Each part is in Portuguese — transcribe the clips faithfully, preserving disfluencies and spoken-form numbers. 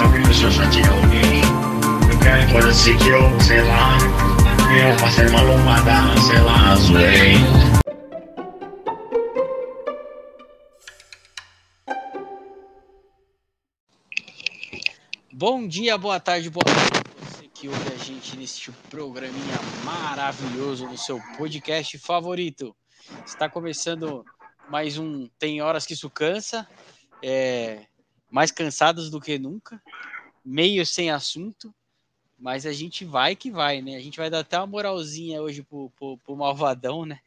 só que eu só tinha alguém. Qualquer coisa assim que eu, sei lá, eu passei uma lombada, sei lá, zoei. Bom dia, boa tarde, boa noite. Você que ouve a gente neste programinha maravilhoso no seu podcast favorito. Está começando mais um Tem Horas que Isso Cansa. É, mais cansados do que nunca. Meio sem assunto. Mas a gente vai que vai, né? A gente vai dar até uma moralzinha hoje pro, pro, pro Malvadão, né?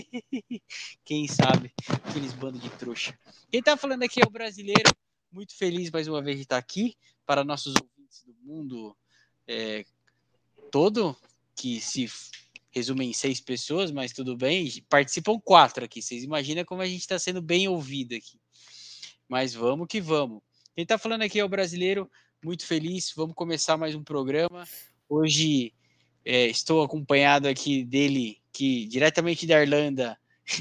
Quem sabe? Aqueles bandos de trouxa. Quem tá falando aqui é o Brasileiro. Muito feliz mais uma vez de estar aqui. Para nossos ouvintes do mundo é, todo, que se resumem em seis pessoas, mas tudo bem. Participam quatro aqui. Vocês imaginam como a gente está sendo bem ouvido aqui. Mas vamos que vamos. Quem tá falando aqui é o Brasileiro. Muito feliz. Vamos começar mais um programa. Hoje é, estou acompanhado aqui dele, que diretamente da Irlanda,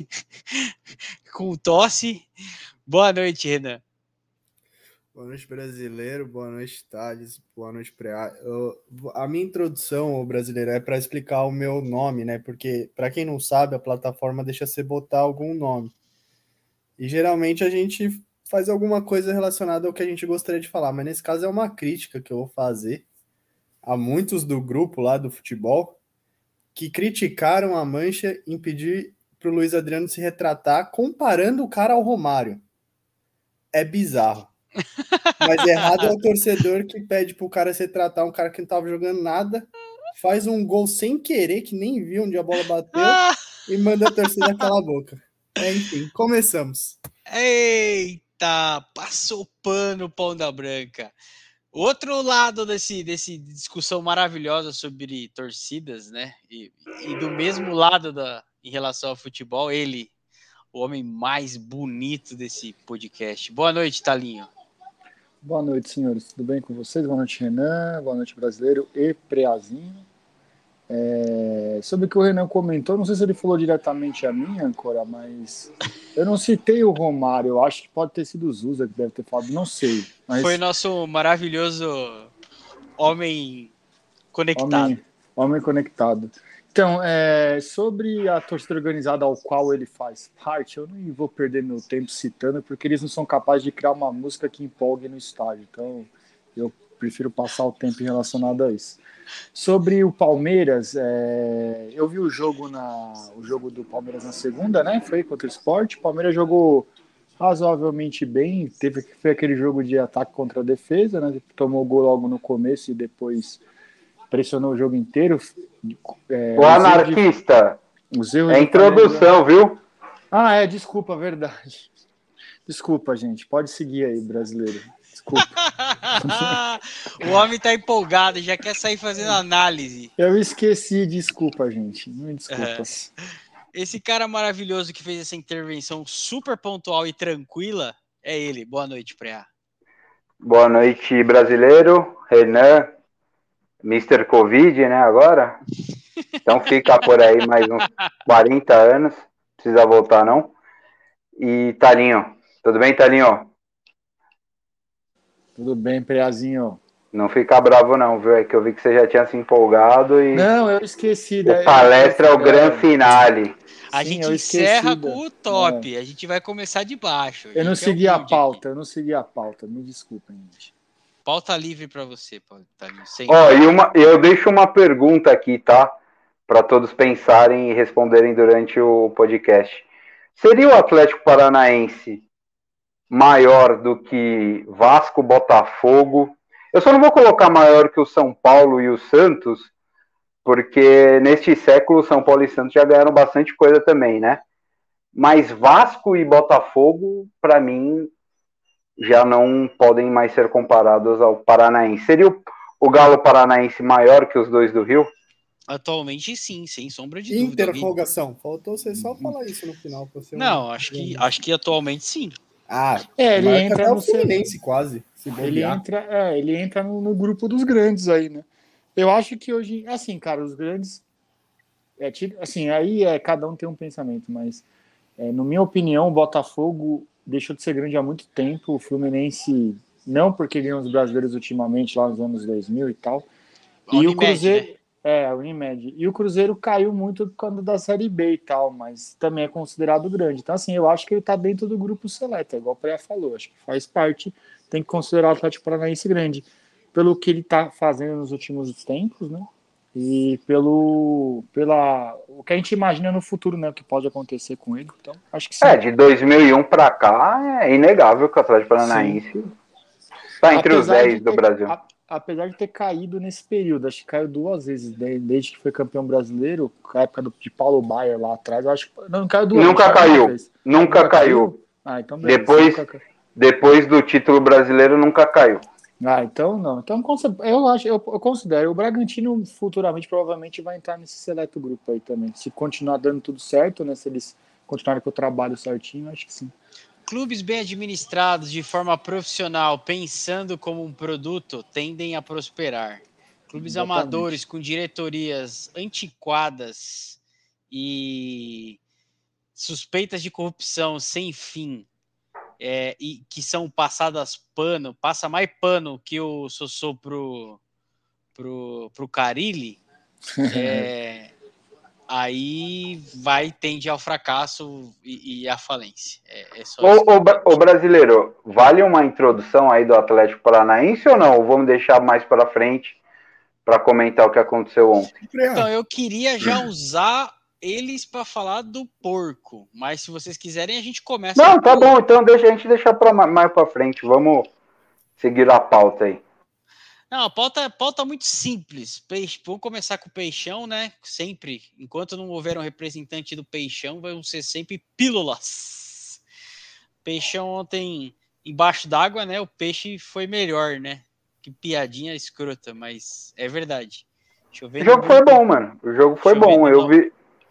com tosse. Boa noite, Renan. Boa noite, Brasileiro. Boa noite, Thales. Boa noite, Preá. Eu, a minha introdução ao Brasileiro é para explicar o meu nome, né? Porque, para quem não sabe, a plataforma deixa você botar algum nome. E, geralmente, a gente faz alguma coisa relacionada ao que a gente gostaria de falar. Mas, nesse caso, é uma crítica que eu vou fazer a muitos do grupo lá do futebol que criticaram a Mancha em pedir para o Luiz Adriano se retratar comparando o cara ao Romário. É bizarro. Mas errado é o torcedor que pede pro cara se tratar um cara que não tava jogando nada, faz um gol sem querer, que nem viu onde a bola bateu, e manda a torcida calar a boca. É, enfim, começamos. Eita, passou pano, pão da branca. Outro lado desse, desse discussão maravilhosa sobre torcidas, né? E, e do mesmo lado da, em relação ao futebol, ele, o homem mais bonito desse podcast. Boa noite, Talinho. Boa noite, senhores. Tudo bem com vocês? Boa noite, Renan. Boa noite, Brasileiro e Preazinho. É... Sobre o que o Renan comentou, não sei se ele falou diretamente a mim, Ancora, mas eu não citei o Romário. Eu acho que pode ter sido o Zusa que deve ter falado, não sei. Mas... Foi nosso maravilhoso homem conectado. Homem, homem conectado. Então, é, sobre a torcida organizada ao qual ele faz parte, eu não vou perder meu tempo citando, porque eles não são capazes de criar uma música que empolgue no estádio. Então, eu prefiro passar o tempo relacionado a isso. Sobre o Palmeiras, é, eu vi o jogo, na, o jogo do Palmeiras na segunda, né? Foi contra o Sport. O Palmeiras jogou razoavelmente bem. Teve, foi aquele jogo de ataque contra a defesa, né? Tomou gol logo no começo e depois pressionou o jogo inteiro. É, o anarquista. De, é introdução, viu? Ah, é, desculpa, verdade. Desculpa, gente. Pode seguir aí, Brasileiro. Desculpa. O homem tá empolgado, já quer sair fazendo análise. Eu esqueci, desculpa, gente. Me desculpas. Uhum. Esse cara maravilhoso que fez essa intervenção super pontual e tranquila é ele. Boa noite, Preá. Boa noite, Brasileiro. Renan. mister Covid, né, agora? Então fica por aí mais uns quarenta anos. Não precisa voltar, não. E Talinho. Tudo bem, Talinho? Tudo bem, Preazinho. Não fica bravo, não, viu? É que eu vi que você já tinha se empolgado e... Não, eu esqueci. O daí, palestra é o grande finale. A Sim, gente encerra com o top. É. A gente vai começar de baixo. Eu não segui a pauta. Eu não segui a pauta. Me desculpem, gente. Pauta livre para você, Talinho. Ó, oh, e uma, eu deixo uma pergunta aqui, tá? Para todos pensarem e responderem durante o podcast. Seria o Atlético Paranaense maior do que Vasco, Botafogo? Eu só não vou colocar maior que o São Paulo e o Santos, porque neste século São Paulo e Santos já ganharam bastante coisa também, né? Mas Vasco e Botafogo, para mim, já não podem mais ser comparados ao Paranaense. Seria o, o Galo Paranaense maior que os dois do Rio? Atualmente sim, sem sombra de dúvida. Interrogação. Faltou você só falar isso no final. Você não, acho que, acho que atualmente sim. Ah, é, ele entra no Fluminense quase. Se ele entra, é, ele entra no, no grupo dos grandes aí, né? Eu acho que hoje, assim, cara, os grandes, é, assim, aí é cada um tem um pensamento, mas é, na minha opinião, o Botafogo deixou de ser grande há muito tempo. O Fluminense não porque ganhou os brasileiros ultimamente, lá nos anos dois mil e tal. A E Unimed, o Cruzeiro... né? É, a Unimed. E o Cruzeiro caiu muito por causa da Série B e tal, mas também é considerado grande. Então, assim, eu acho que ele tá dentro do grupo seleto, igual o Pré falou. Acho que faz parte, tem que considerar o Atlético Paranaense grande. Pelo que ele tá fazendo nos últimos tempos, né? E pelo pela, o que a gente imagina no futuro, né? O que pode acontecer com ele. Então, acho que sim. É, de dois mil e um para cá, é inegável que o Atlético Paranaense está entre os dez do ter, Brasil. A, apesar de ter caído nesse período, acho que caiu duas vezes, desde que foi campeão brasileiro, na época do, de Paulo Baier lá atrás, eu acho que não, não caiu duas Nunca vezes, caiu, vez. nunca, nunca caiu. caiu. Ah, então beleza, depois, nunca... depois do título brasileiro, nunca caiu. Ah, então não. Então eu acho, eu, eu considero. O Bragantino futuramente provavelmente vai entrar nesse seleto grupo aí também. Se continuar dando tudo certo, né? Se eles continuarem com o trabalho certinho, acho que sim. Clubes bem administrados de forma profissional, pensando como um produto, tendem a prosperar. Clubes Exatamente. Amadores com diretorias antiquadas e suspeitas de corrupção sem fim, é, e que são passadas pano, passa mais pano que o Sossô pro, pro, pro Carille, é, aí vai tende ao fracasso e, e à falência. É, é só o, o, o brasileiro, vale uma introdução aí do Atlético Paranaense ou não? Ou vamos deixar mais para frente para comentar o que aconteceu ontem? Então, eu queria já usar eles para falar do porco, mas se vocês quiserem a gente começa. Não, tá bom, então deixa a gente deixar para mais para frente. Vamos seguir a pauta aí. Não, a pauta, pauta muito simples. Peixe, vamos começar com o Peixão, né? Sempre, enquanto não houver um representante do Peixão, vão ser sempre pílulas. Peixão ontem embaixo d'água, né? O peixe foi melhor, né? Que piadinha escrota, mas é verdade. O jogo foi bom, mano. O jogo foi bom. Eu vi.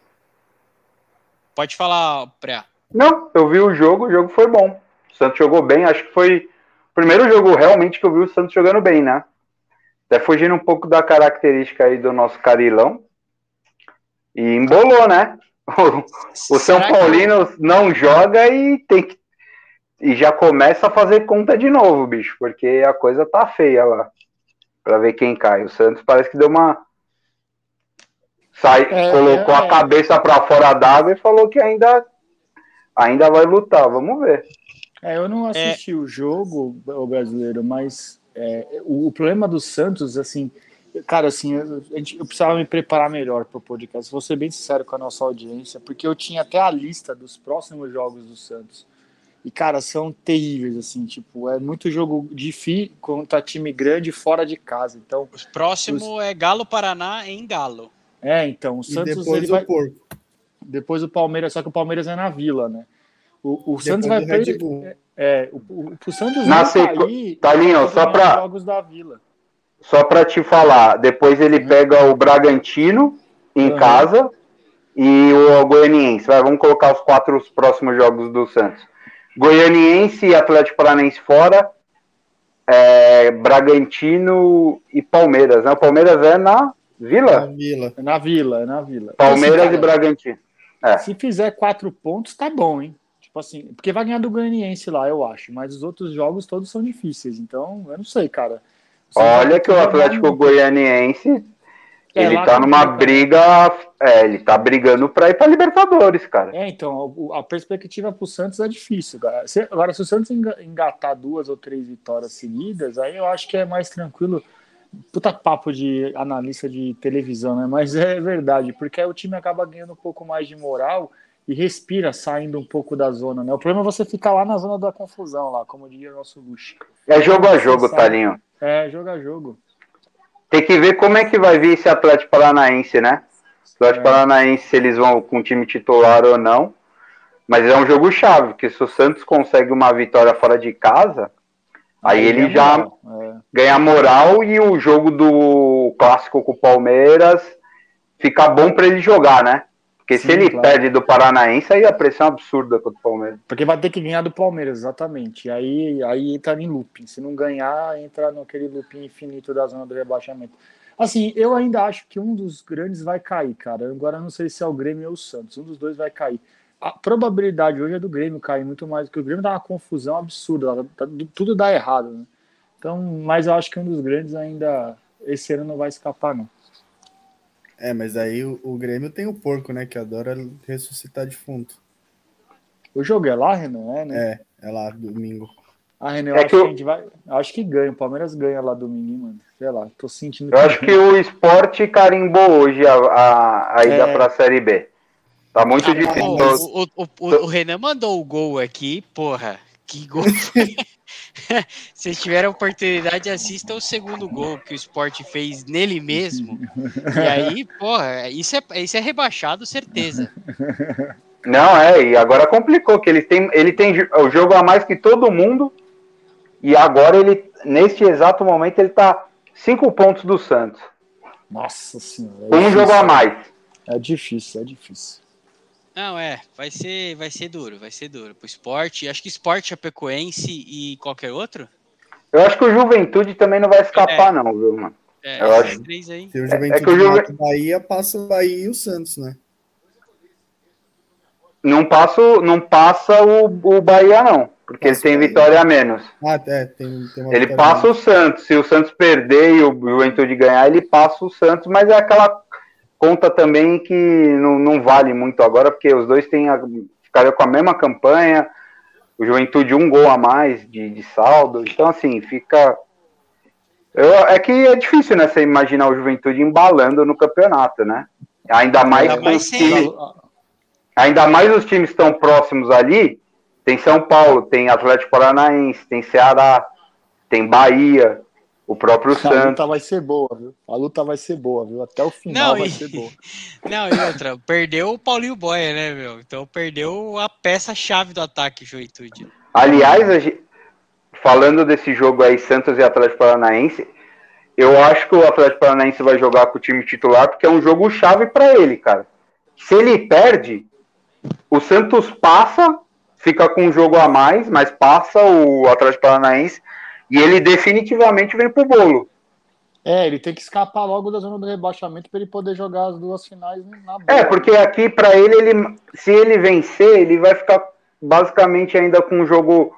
Pode falar, Pré. Não, eu vi o jogo, o jogo foi bom. O Santos jogou bem, acho que foi o primeiro jogo realmente que eu vi o Santos jogando bem, né? Até fugindo um pouco da característica aí do nosso Carilão. E embolou, né? O, o São Paulino que... não joga e tem que. E já começa a fazer conta de novo, bicho, porque a coisa tá feia lá. Pra ver quem cai. O Santos parece que deu uma. Sai, é, colocou é, a cabeça para fora d'água e falou que ainda, ainda vai lutar. Vamos ver. É, eu não assisti é. o jogo, o brasileiro, mas é, o, o problema do Santos, assim, cara, assim, eu, a gente, eu precisava me preparar melhor para o podcast. Vou ser bem sincero com a nossa audiência, porque eu tinha até a lista dos próximos jogos do Santos. E, cara, são terríveis, assim, tipo, é muito jogo difícil contra time grande fora de casa. Então, o próximo os... é Galo Paraná em Galo. É, então, o Santos... E depois ele o vai... Porco. Depois o Palmeiras, só que o Palmeiras é na Vila, né? O, o Santos vai... Red É, é, o, o, o Santos na não sequ... cair... Talinho, só pra... jogos da Vila. Só pra te falar, depois ele uhum. pega o Bragantino em uhum. casa e o Goianiense. Vai, vamos colocar os quatro os próximos jogos do Santos. Goianiense e Atlético Paranaense fora, é, Bragantino e Palmeiras, né? O Palmeiras é na... Vila? Na Vila. É na Vila, é na Vila. Palmeiras assim, cara, e Bragantino. É. Se fizer quatro pontos, tá bom, hein? Tipo assim, porque vai ganhar do Goianiense lá, eu acho. Mas os outros jogos todos são difíceis. Então, eu não sei, cara. Olha que o Atlético no... Goianiense, é, ele tá numa briga, é, ele tá brigando pra ir pra Libertadores, cara. É, então, a, a perspectiva pro Santos é difícil, cara. Se, agora, se o Santos engatar duas ou três vitórias seguidas, aí eu acho que é mais tranquilo. Puta papo de analista de televisão, né? Mas é verdade, porque aí o time acaba ganhando um pouco mais de moral e respira saindo um pouco da zona, né? O problema é você ficar lá na zona da confusão, lá, como diria o nosso Luxo. É jogo a jogo, Talinho. É, jogo a jogo. Tem que ver como é que vai vir esse Atlético Paranaense, né? Atlético é. Paranaense, se eles vão com o time titular ou não. Mas é um jogo chave, porque se o Santos consegue uma vitória fora de casa... Aí, aí ele já é. ganha moral e o jogo do clássico com o Palmeiras fica bom para ele jogar, né? Porque Sim, se ele claro. perde do Paranaense, aí a pressão é absurda contra o Palmeiras. Porque vai ter que ganhar do Palmeiras, exatamente. Aí, aí entra em looping. Se não ganhar, entra naquele looping infinito da zona do rebaixamento. Assim, eu ainda acho que um dos grandes vai cair, cara. Agora não sei se é o Grêmio ou o Santos. Um dos dois vai cair. A probabilidade hoje é do Grêmio cair muito mais, porque o Grêmio dá uma confusão absurda, tudo dá errado, né? Então, mas eu acho que um dos grandes ainda esse ano não vai escapar, não. É, mas aí o, o Grêmio tem o porco, né? Que adora ressuscitar defunto. O jogo é lá, Renan? É, né? É, é lá, domingo. Ah, Renan, eu É acho que que, eu- a gente vai. Acho que ganha. O Palmeiras ganha lá domingo, hein, mano. Sei lá, tô sentindo Eu acho que o Sport carimbou hoje a, a, a ida É. para a Série B. Tá muito Ah, difícil. pô, mas- o, o, o, o Renan mandou o gol aqui, porra. Que gol foi? Se vocês tiverem a oportunidade, assistam o segundo gol que o Sport fez nele mesmo. E aí, porra, isso é, isso é rebaixado, certeza. Não, é, e agora complicou, que ele tem, ele tem o jogo a mais que todo mundo, e agora ele, neste exato momento, ele tá cinco pontos do Santos. Nossa senhora. é Com um difícil, jogo a né? mais. É difícil, é difícil. Não, é, vai ser, vai ser duro, vai ser duro. Pro Sport, acho que Sport, Chapecoense e qualquer outro. Eu acho que o Juventude também não vai escapar, não, viu, mano? É, Eu esses acho- três aí. Se o é Juventude que o Juve- mata o Bahia, passa o Bahia e o Santos, né? Não passa, o- não passa o, o Bahia, não, porque Passa ele tem o Bahia. vitória a menos. Ah, é, tem, tem uma Ele vitória passa menos. o Santos. Se o Santos perder e o Juventude ganhar, ele passa o Santos, mas é aquela conta também que não, não vale muito agora, porque os dois têm a, ficaram com a mesma campanha, o Juventude um gol a mais de, de saldo, então assim, fica... Eu, é que é difícil, né, você imaginar o Juventude embalando no campeonato, né? Ainda mais Ainda com mais os sem- times... Ainda mais os times que estão próximos ali, tem São Paulo, tem Atlético Paranaense, tem Ceará, tem Bahia, o próprio A Santos. luta vai ser boa, viu? A luta vai ser boa, viu? Até o final Não, vai e- ser boa. Não, e outra, perdeu o Paulinho Boia, né, meu? Então perdeu a peça-chave do ataque, Juventude. Aliás, a gente- falando desse jogo aí, Santos e Atlético Paranaense, eu acho que o Atlético Paranaense vai jogar com o time titular porque é um jogo chave para ele, cara. Se ele perde, o Santos passa, fica com um jogo a mais, mas passa o Atlético Paranaense e ele definitivamente vem pro bolo. É, ele tem que escapar logo da zona do rebaixamento para ele poder jogar as duas finais na boa. É, porque aqui para ele, ele, se ele vencer, ele vai ficar basicamente ainda com um jogo,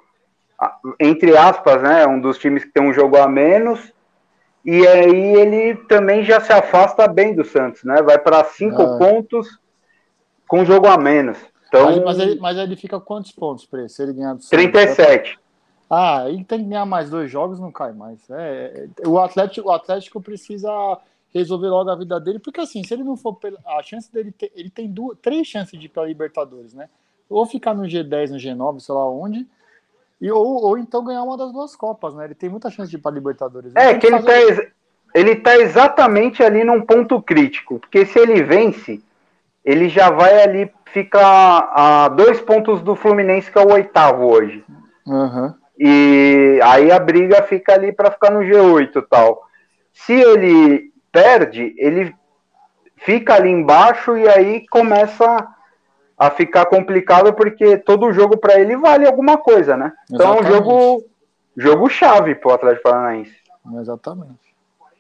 entre aspas, né? Um dos times que tem um jogo a menos. E aí ele também já se afasta bem do Santos, né? Vai para cinco Ah. pontos com um jogo a menos. Então, Mas, mas ele, mas ele fica quantos pontos, Pre? Se ele ganhar do Santos? trinta e sete. Ah, ele tem que ganhar mais dois jogos, não cai mais. É, é, o, Atlético, o Atlético precisa resolver logo a vida dele, porque assim, se ele não for pela, a chance dele ter, ele tem duas, três chances de ir para Libertadores, né? Ou ficar no G dez, no G nove, sei lá onde, e, ou, ou então ganhar uma das duas Copas, né? Ele tem muita chance de ir para Libertadores. Ele É tem que ele fazer- tá, ex- ele tá exatamente ali num ponto crítico, porque se ele vence, ele já vai ali, fica a dois pontos do Fluminense, que é o oitavo hoje. Aham. E aí a briga fica ali para ficar no G oito e tal. Se ele perde, ele fica ali embaixo e aí começa a ficar complicado porque todo jogo para ele vale alguma coisa, né? Então é um Exatamente. jogo, jogo chave pro Atlético Paranaense. Exatamente.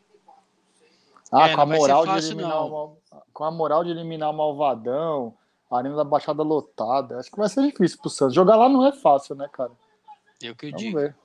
Ah, É, com a não vai ser moral de fácil, eliminar não. o Mal- com a moral de eliminar o Malvadão, a Arena da Baixada lotada. Acho que vai ser difícil pro Santos. Jogar lá não é fácil, né, cara? Eu que eu Vamos digo. ver.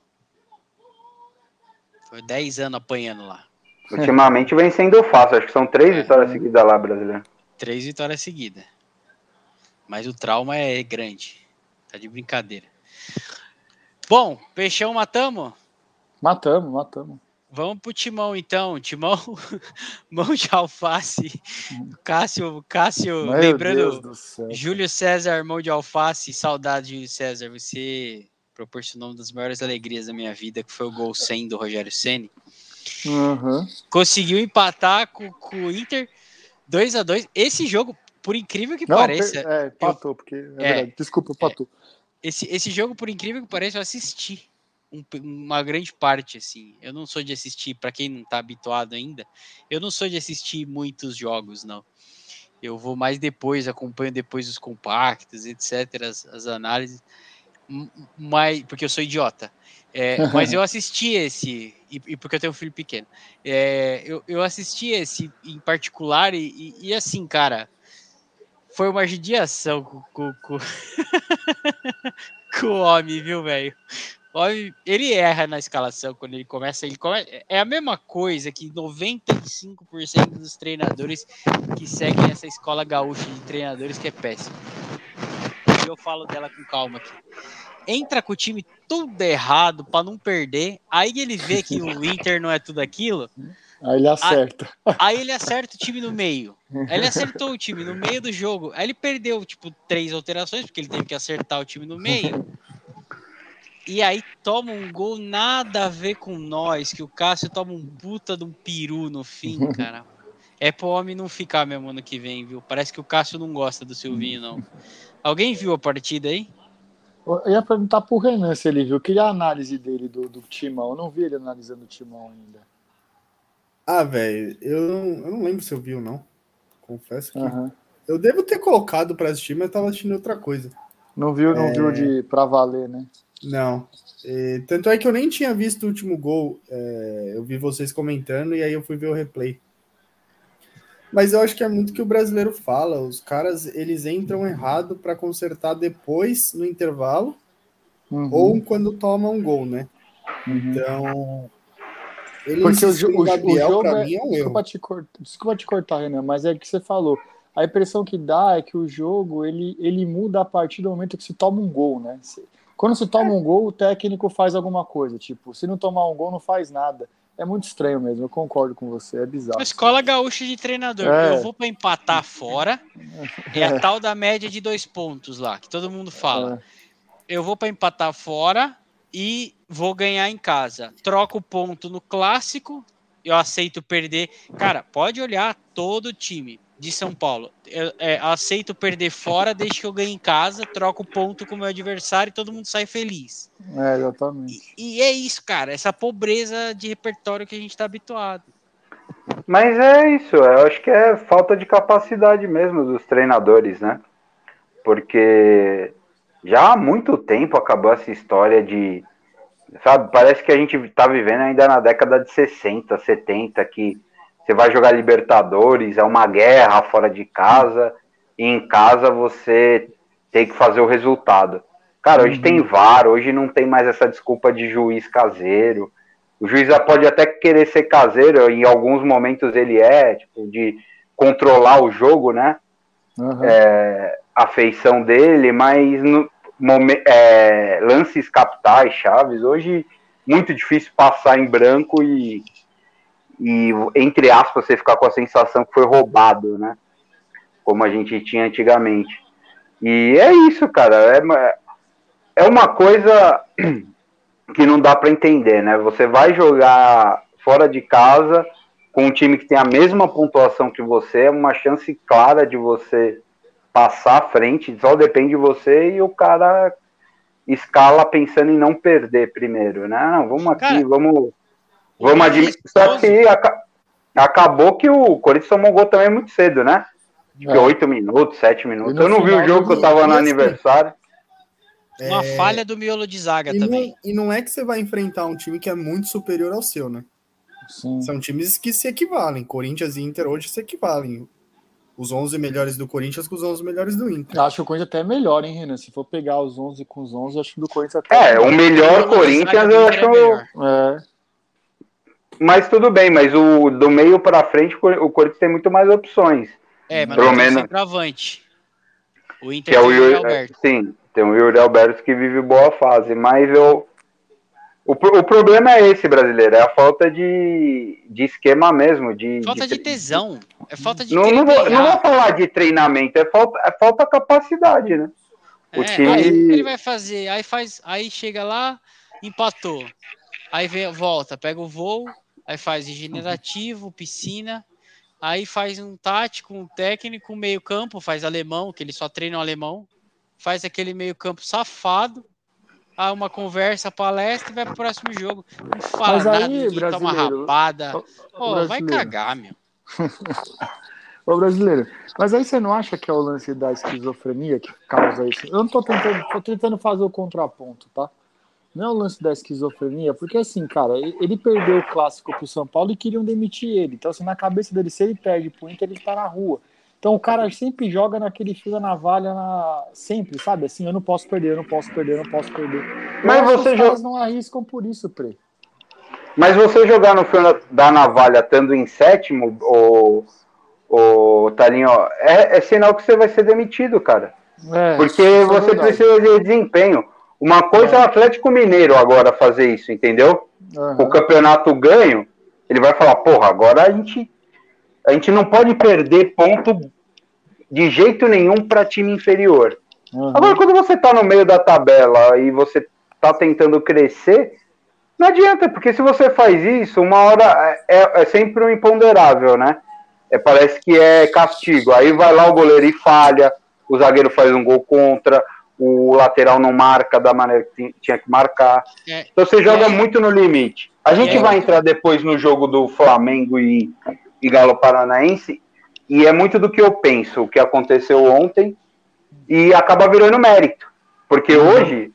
Foi dez anos apanhando lá. Ultimamente vem sendo fácil, acho que são três É. vitórias seguidas lá, brasileiro. Três vitórias seguidas. Mas o trauma é grande. Tá de brincadeira. Bom, Peixão, matamos? Matamos, matamos. Vamos pro Timão, então. Timão, mão de alface. Cássio, Cássio, Meu lembrando, Deus do céu. Júlio César, mão de alface. Saudade, Júlio César. Você proporcionou uma das maiores alegrias da minha vida, que foi o gol cem do Rogério Ceni. Uhum. Conseguiu empatar com, com o Inter dois a dois. Esse jogo, por incrível que Não, pareça, per- é, empatou, porque é, É. verdade. Desculpa, empatou. esse, esse jogo, por incrível que pareça, eu assisti um- uma grande parte, assim. Eu não sou de assistir, para quem não tá habituado ainda, eu não sou de assistir muitos jogos, não. Eu vou mais depois, acompanho depois os compactos, etcétera, as, as análises, M- mas, porque eu sou idiota. É, mas eu assisti esse, e, e porque eu tenho um filho pequeno, é, eu, eu assisti esse em particular, e, e, e assim, cara, foi uma judiação com, com, com... com o homem, viu, velho? O homem, ele erra na escalação quando ele começa, ele começa. É a mesma coisa que noventa e cinco por cento dos treinadores que seguem essa escola gaúcha de treinadores, que é péssimo. E eu falo dela com calma aqui. Entra com o time tudo errado para não perder, aí ele vê que o Inter não é tudo aquilo. Aí ele acerta. Aí, aí ele acerta o time no meio. Aí ele acertou o time no meio do jogo. Aí ele perdeu, tipo, três alterações, porque ele teve que acertar o time no meio. E aí toma um gol nada a ver com nós, que o Cássio toma um puta de um peru no fim, cara. É pro homem não ficar mesmo ano que vem, viu? Parece que o Cássio não gosta do Silvinho, não. Alguém viu a partida aí? Eu ia perguntar pro Renan se ele viu. Queria a análise dele do, do Timão. Eu não vi ele analisando o Timão ainda. Ah, velho, eu, não- eu não lembro se eu vi ou não. Confesso que. Uhum. Eu devo ter colocado pra assistir, mas eu tava assistindo outra coisa. Não viu, não viu de pra valer, né? Não. E, tanto é que eu nem tinha visto o último gol. É, eu vi vocês comentando e aí eu fui ver o replay. Mas eu acho que é muito que o brasileiro fala. Os caras, eles entram errado pra consertar depois, no intervalo, Uhum. ou quando tomam um gol, né? Uhum. Então, ele Porque o, insistir jo- no o, jo- o Gabriel, jogo pra é. mim, é um erro. Desculpa te, cortar, desculpa te cortar, Renan, mas é o que você falou. A impressão que dá é que o jogo ele, ele muda a partir do momento que se toma um gol, né? Se- Quando se toma um gol, o técnico faz alguma coisa. Tipo, se não tomar um gol, não faz nada. É muito estranho mesmo, eu concordo com você, é bizarro. A escola gaúcha de treinador. É. Eu vou pra empatar fora. É a tal da média de dois pontos lá, que todo mundo fala. Eu vou pra empatar fora e vou ganhar em casa. Troco o ponto no clássico, eu aceito perder. Cara, pode olhar todo o time de São Paulo. Eu é, aceito perder fora, deixa que eu ganhe em casa, troco o ponto com o meu adversário e todo mundo sai feliz. É, exatamente. E, e é isso, cara, essa pobreza de repertório que a gente tá habituado. Mas é isso, eu acho que é falta de capacidade mesmo dos treinadores, né? Porque já há muito tempo acabou essa história de, sabe, parece que a gente tá vivendo ainda na década de sessenta, setenta, que você vai jogar Libertadores, é uma guerra fora de casa, e em casa você tem que fazer o resultado. Cara, hoje Uhum. tem V A R, hoje não tem mais essa desculpa de juiz caseiro. O juiz já pode até querer ser caseiro, em alguns momentos ele é, tipo, de controlar o jogo, né? Uhum. É, a feição dele, mas no, momen- é, lances capitais, chaves, hoje muito difícil passar em branco e, e, entre aspas, você ficar com a sensação que foi roubado, né? Como a gente tinha antigamente. E é isso, cara. É, uma- é uma coisa que não dá para entender, né? Você vai jogar fora de casa com um time que tem a mesma pontuação que você, é uma chance clara de você passar à frente, só depende de você, e o cara escala pensando em não perder primeiro, né? Não, vamos aqui, Cara, vamos, o vamos mais admitir. Só respeitoso- que aca- acabou que o Corinthians tomou gol também muito cedo, né? Acho que É. oito minutos, sete minutos. E no Eu não vi final o jogo do que eu tava jogo, no e assim, aniversário. Uma É, falha do miolo de zaga E também. não, e não é que você vai enfrentar um time que é muito superior ao seu, né? Sim. São times que se equivalem. Corinthians e Inter hoje se equivalem. Os onze melhores do Corinthians com os onze melhores do Inter. Eu acho que o Corinthians até é melhor, hein, Renan? Se for pegar os onze com os onze, eu acho que do Corinthians até É, o melhor miolo de Corinthians zaga do eu Inter é acho. melhor. É. Mas tudo bem, mas o do meio pra frente, o Corinthians tem muito mais opções. É, mas Pelo não tem menos- centroavante. O Inter Que é o tem o Yuri Yuri, Alberto. sim, tem o Yuri Alberto que vive boa fase, mas eu o, pro- o problema é esse, brasileiro, é a falta de, de esquema mesmo, de Falta de tre- tesão. É falta de Não, querer não, vou, não ganhar. vou falar de treinamento, é falta, é falta capacidade, né? O É, time- aí o que ele vai fazer? Aí faz, aí chega lá, empatou. Aí vem, volta, pega o voo, aí faz regenerativo, piscina, aí faz um tático, um técnico, um meio-campo, faz alemão, que ele só treina o alemão, faz aquele meio-campo safado, aí uma conversa, palestra e vai pro próximo jogo. Não fala Mas nada, aí, ninguém toma brasileiro, rapada. o- o Pô, vai brasileiro. cagar, meu. Ô, brasileiro, mas aí você não acha que é o lance da esquizofrenia que causa isso? Eu não tô tentando, tô tentando fazer o contraponto, tá? Não é o lance da esquizofrenia, porque assim, cara, ele perdeu o clássico pro São Paulo e queriam demitir ele. Então, assim, na cabeça dele, se ele perde pro Inter, ele tá na rua. Então o cara sempre joga naquele fio da navalha, na... sempre, sabe? Assim, eu não posso perder, eu não posso perder, eu não posso perder. Mas eu você os jo... caras não arriscam por isso, Pre. Mas você jogar no fio da navalha estando em sétimo, o, o Talinho, é, é sinal que você vai ser demitido, cara. É, porque você é precisa de desempenho. Uma coisa é o Atlético Mineiro agora fazer isso, entendeu? Uhum. O campeonato ganho, ele vai falar, porra, agora a gente, a gente não pode perder ponto de jeito nenhum para time inferior. Uhum. Agora, quando você tá no meio da tabela e você tá tentando crescer, não adianta, porque se você faz isso, uma hora é, é sempre um imponderável, né? É, parece que é castigo. Aí vai lá o goleiro e falha, o zagueiro faz um gol contra, o lateral não marca da maneira que tinha que marcar. É, então você joga aí, muito no limite. A gente é, vai entrar depois no jogo do Flamengo e, e Galo Paranaense, e é muito do que eu penso, o que aconteceu ontem, e acaba virando mérito. Porque uhum. hoje,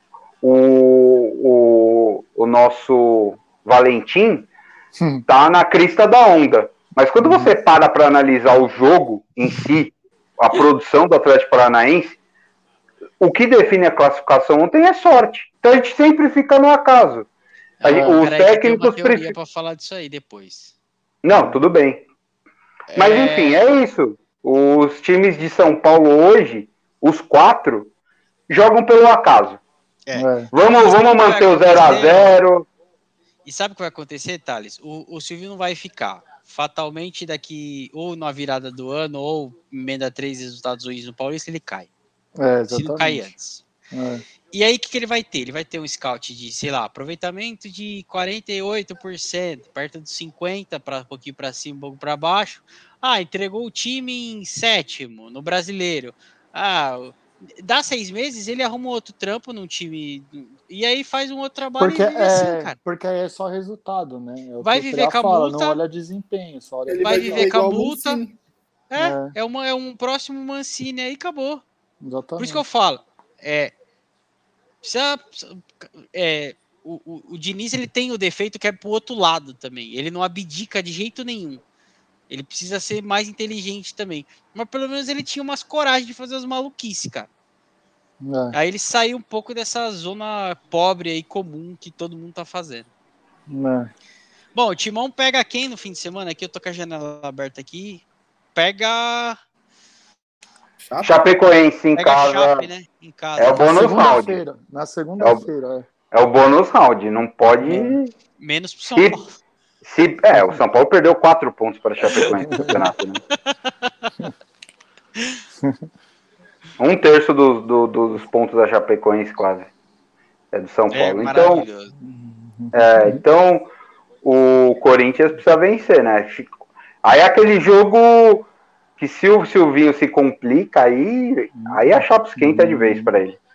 o, o, o nosso Valentim uhum. tá na crista da onda. Mas quando uhum. você para para analisar o jogo em si, a produção do Atlético Paranaense, o que define a classificação ontem é sorte. Então a gente sempre fica no acaso. Ah, gente, os técnicos preferem. Para falar disso aí depois. Não, tudo bem. É... Mas enfim, é isso. Os times de São Paulo hoje, os quatro, jogam pelo acaso. É. É. Vamos, vamos manter o zero a zero. E sabe o que vai acontecer, Thales? O, o Silvio não vai ficar. Fatalmente daqui, ou na virada do ano, ou emenda três resultados ruins no Paulista, ele cai. É, se não cair antes. É. E aí, o que, que ele vai ter? Ele vai ter um scout de, sei lá, aproveitamento de quarenta e oito por cento, perto dos cinquenta por cento, um pouquinho para cima, um pouco para baixo. Ah, entregou o time em sétimo, no brasileiro. Ah, dá seis meses, ele arruma outro trampo num time, e aí faz um outro trabalho porque e é, assim, cara. Porque aí é só resultado, né? É vai viver com a fala, multa. Não olha desempenho, só olha ele vai viver com a multa. É, é. É, uma, é um próximo Mancini aí, acabou. Exatamente. Por isso que eu falo, é, precisa, é, o, o, o Diniz ele tem o defeito que é pro outro lado também. Ele não abdica de jeito nenhum. Ele precisa ser mais inteligente também. Mas pelo menos ele tinha umas coragem de fazer as maluquices, cara. É. Aí ele saiu um pouco dessa zona pobre aí comum que todo mundo tá fazendo. É. Bom, o Timão pega quem no fim de semana? Aqui eu tô com a janela aberta aqui. Pega... Chape? Chapecoense em Pega casa. Chape, né? Em casa. É o bônus round. Na segunda-feira, é. O, é o bônus round. Não pode. É. Menos pro São se, Paulo. Se, é, o São Paulo perdeu quatro pontos para a Chapecoense no campeonato, né? Um terço do, do, dos pontos da Chapecoense, quase. É do São Paulo. É então, é, então, o Corinthians precisa vencer, né? Aí aquele jogo. Que se o Silvinho se complica, aí, aí a Chape esquenta de vez para ele.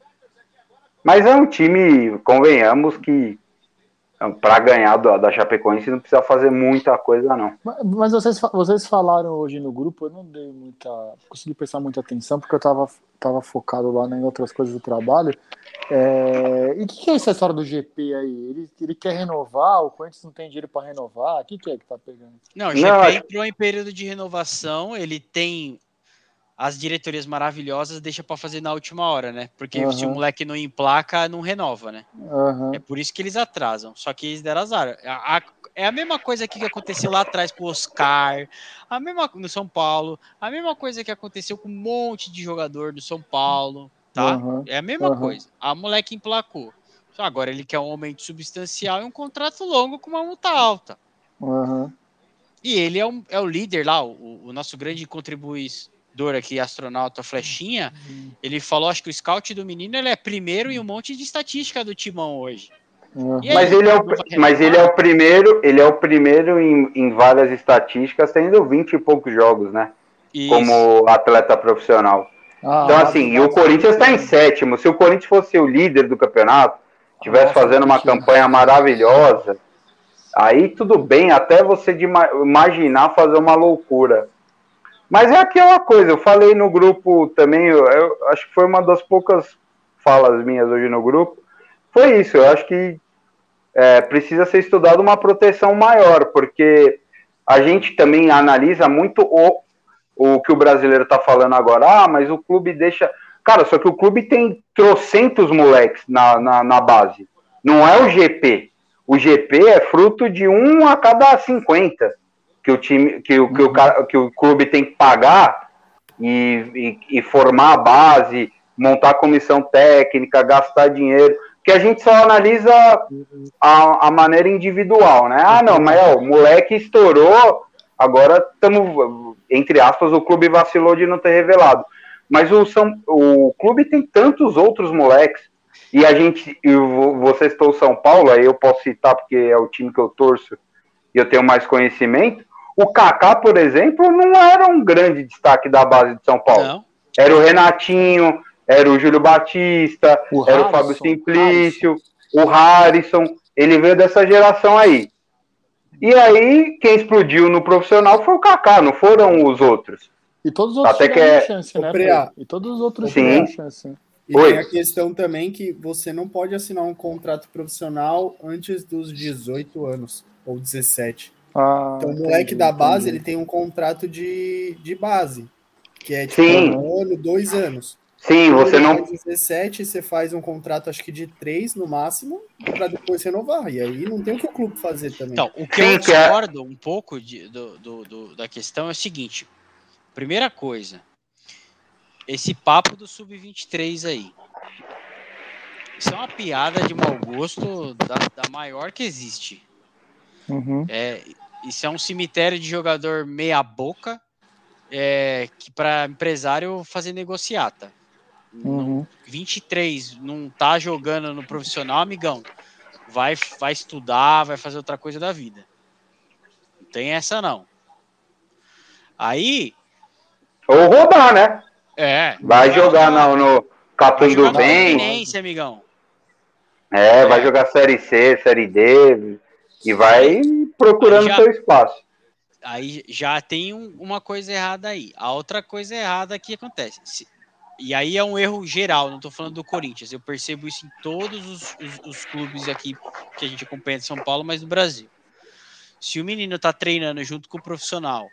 Mas é um time, convenhamos, que para ganhar da, da Chapecoense não precisa fazer muita coisa, não. Mas, mas vocês, vocês falaram hoje no grupo, eu não dei muita... consegui prestar muita atenção, porque eu tava, tava focado lá em outras coisas do trabalho. É, e o que, que é essa história do G P aí? Ele, ele quer renovar, o Corinthians não tem dinheiro para renovar? O que, que é que tá pegando? Não, o G P não, entrou em período de renovação, ele tem as diretorias maravilhosas, deixa para fazer na última hora, né? Porque uhum. se o moleque não emplaca, não renova, né? Uhum. É por isso que eles atrasam, só que eles deram azar. A, a, é a mesma coisa que aconteceu lá atrás com o Oscar, a mesma, no São Paulo, a mesma coisa que aconteceu com um monte de jogador do São Paulo. Tá? Uhum, é a mesma uhum. coisa. A moleque emplacou. Só agora ele quer um aumento substancial e um contrato longo com uma multa alta. Uhum. E ele é, um, é o líder lá, o, o nosso grande contribuidor aqui, astronauta Flechinha. Uhum. Ele falou, acho que o scout do menino ele é primeiro em um monte de estatística do Timão hoje. Uhum. Aí, mas ele é o, mas ele é o primeiro, ele é o primeiro em, em várias estatísticas, tendo vinte e poucos jogos, né? Isso. Como atleta profissional. Ah, então, assim, e o Corinthians está em sétimo. Se o Corinthians fosse o líder do campeonato, estivesse fazendo uma campanha maravilhosa, aí tudo bem, até você de imaginar fazer uma loucura. Mas é aquela coisa, eu falei no grupo também, eu, eu acho que foi uma das poucas falas minhas hoje no grupo, foi isso, eu acho que é, precisa ser estudado uma proteção maior, porque a gente também analisa muito o o que o brasileiro tá falando agora. Ah, mas o clube deixa... Cara, só que o clube tem trocentos moleques na, na, na base. Não é o G P. O G P é fruto de um a cada cinquenta que o time, que o, que o, que o clube tem que pagar e, e, e formar a base, montar comissão técnica, gastar dinheiro, que a gente só analisa a, a maneira individual, né? Ah, não, mas ó, o moleque estourou, agora estamos, entre aspas, o clube vacilou de não ter revelado. Mas o, São, o clube tem tantos outros moleques, e a gente, eu, você citou o São Paulo, aí eu posso citar porque é o time que eu torço e eu tenho mais conhecimento. O Kaká, por exemplo, não era um grande destaque da base de São Paulo. Não. Era o Renatinho, era o Júlio Batista, o era Harrison, o Fábio Simplício, Harrison. o Harrison, ele veio dessa geração aí. E aí, quem explodiu no profissional foi o Kaká, não foram os outros. E todos os outros Até tiveram que é... chance, né? Preá. E todos os outros Sim. tiveram chance. E Oi. Tem a questão também que você não pode assinar um contrato profissional antes dos dezoito anos, ou dezessete. Ah, então, o moleque entendi, da base, entendi. ele tem um contrato de, de base, que é tipo Sim. um ano, dois anos. Sim, Quando você ele não... faz dezessete, você faz um contrato, acho que de três no máximo, para depois renovar. E aí não tem o que o clube fazer também. Então, o que Sim, eu que é- discordo um pouco de, do, do, do- da questão é o seguinte. Primeira coisa, esse papo do sub vinte e três aí. Isso é uma piada de mau gosto da, da maior que existe. Uhum. É, isso é um cemitério de jogador meia boca é, que para empresário fazer negociata. Uhum. No vinte e três não tá jogando no profissional, amigão. Vai, vai estudar, vai fazer outra coisa da vida. Não tem essa não. Aí Ou rodar, né? é, Vai jogar rodar. no, no Vai Catunda jogar no bem. Fluminense, amigão. É, É. vai jogar Série C, Série D, e vai procurando Aí já- seu espaço. Aí já tem um- uma coisa errada aí. A outra coisa errada que acontece. Se- e aí é um erro geral, não tô falando do Corinthians. Eu percebo isso em todos os, os- os clubes aqui que a gente acompanha de São Paulo, mas no Brasil. Se o menino tá treinando junto com o profissional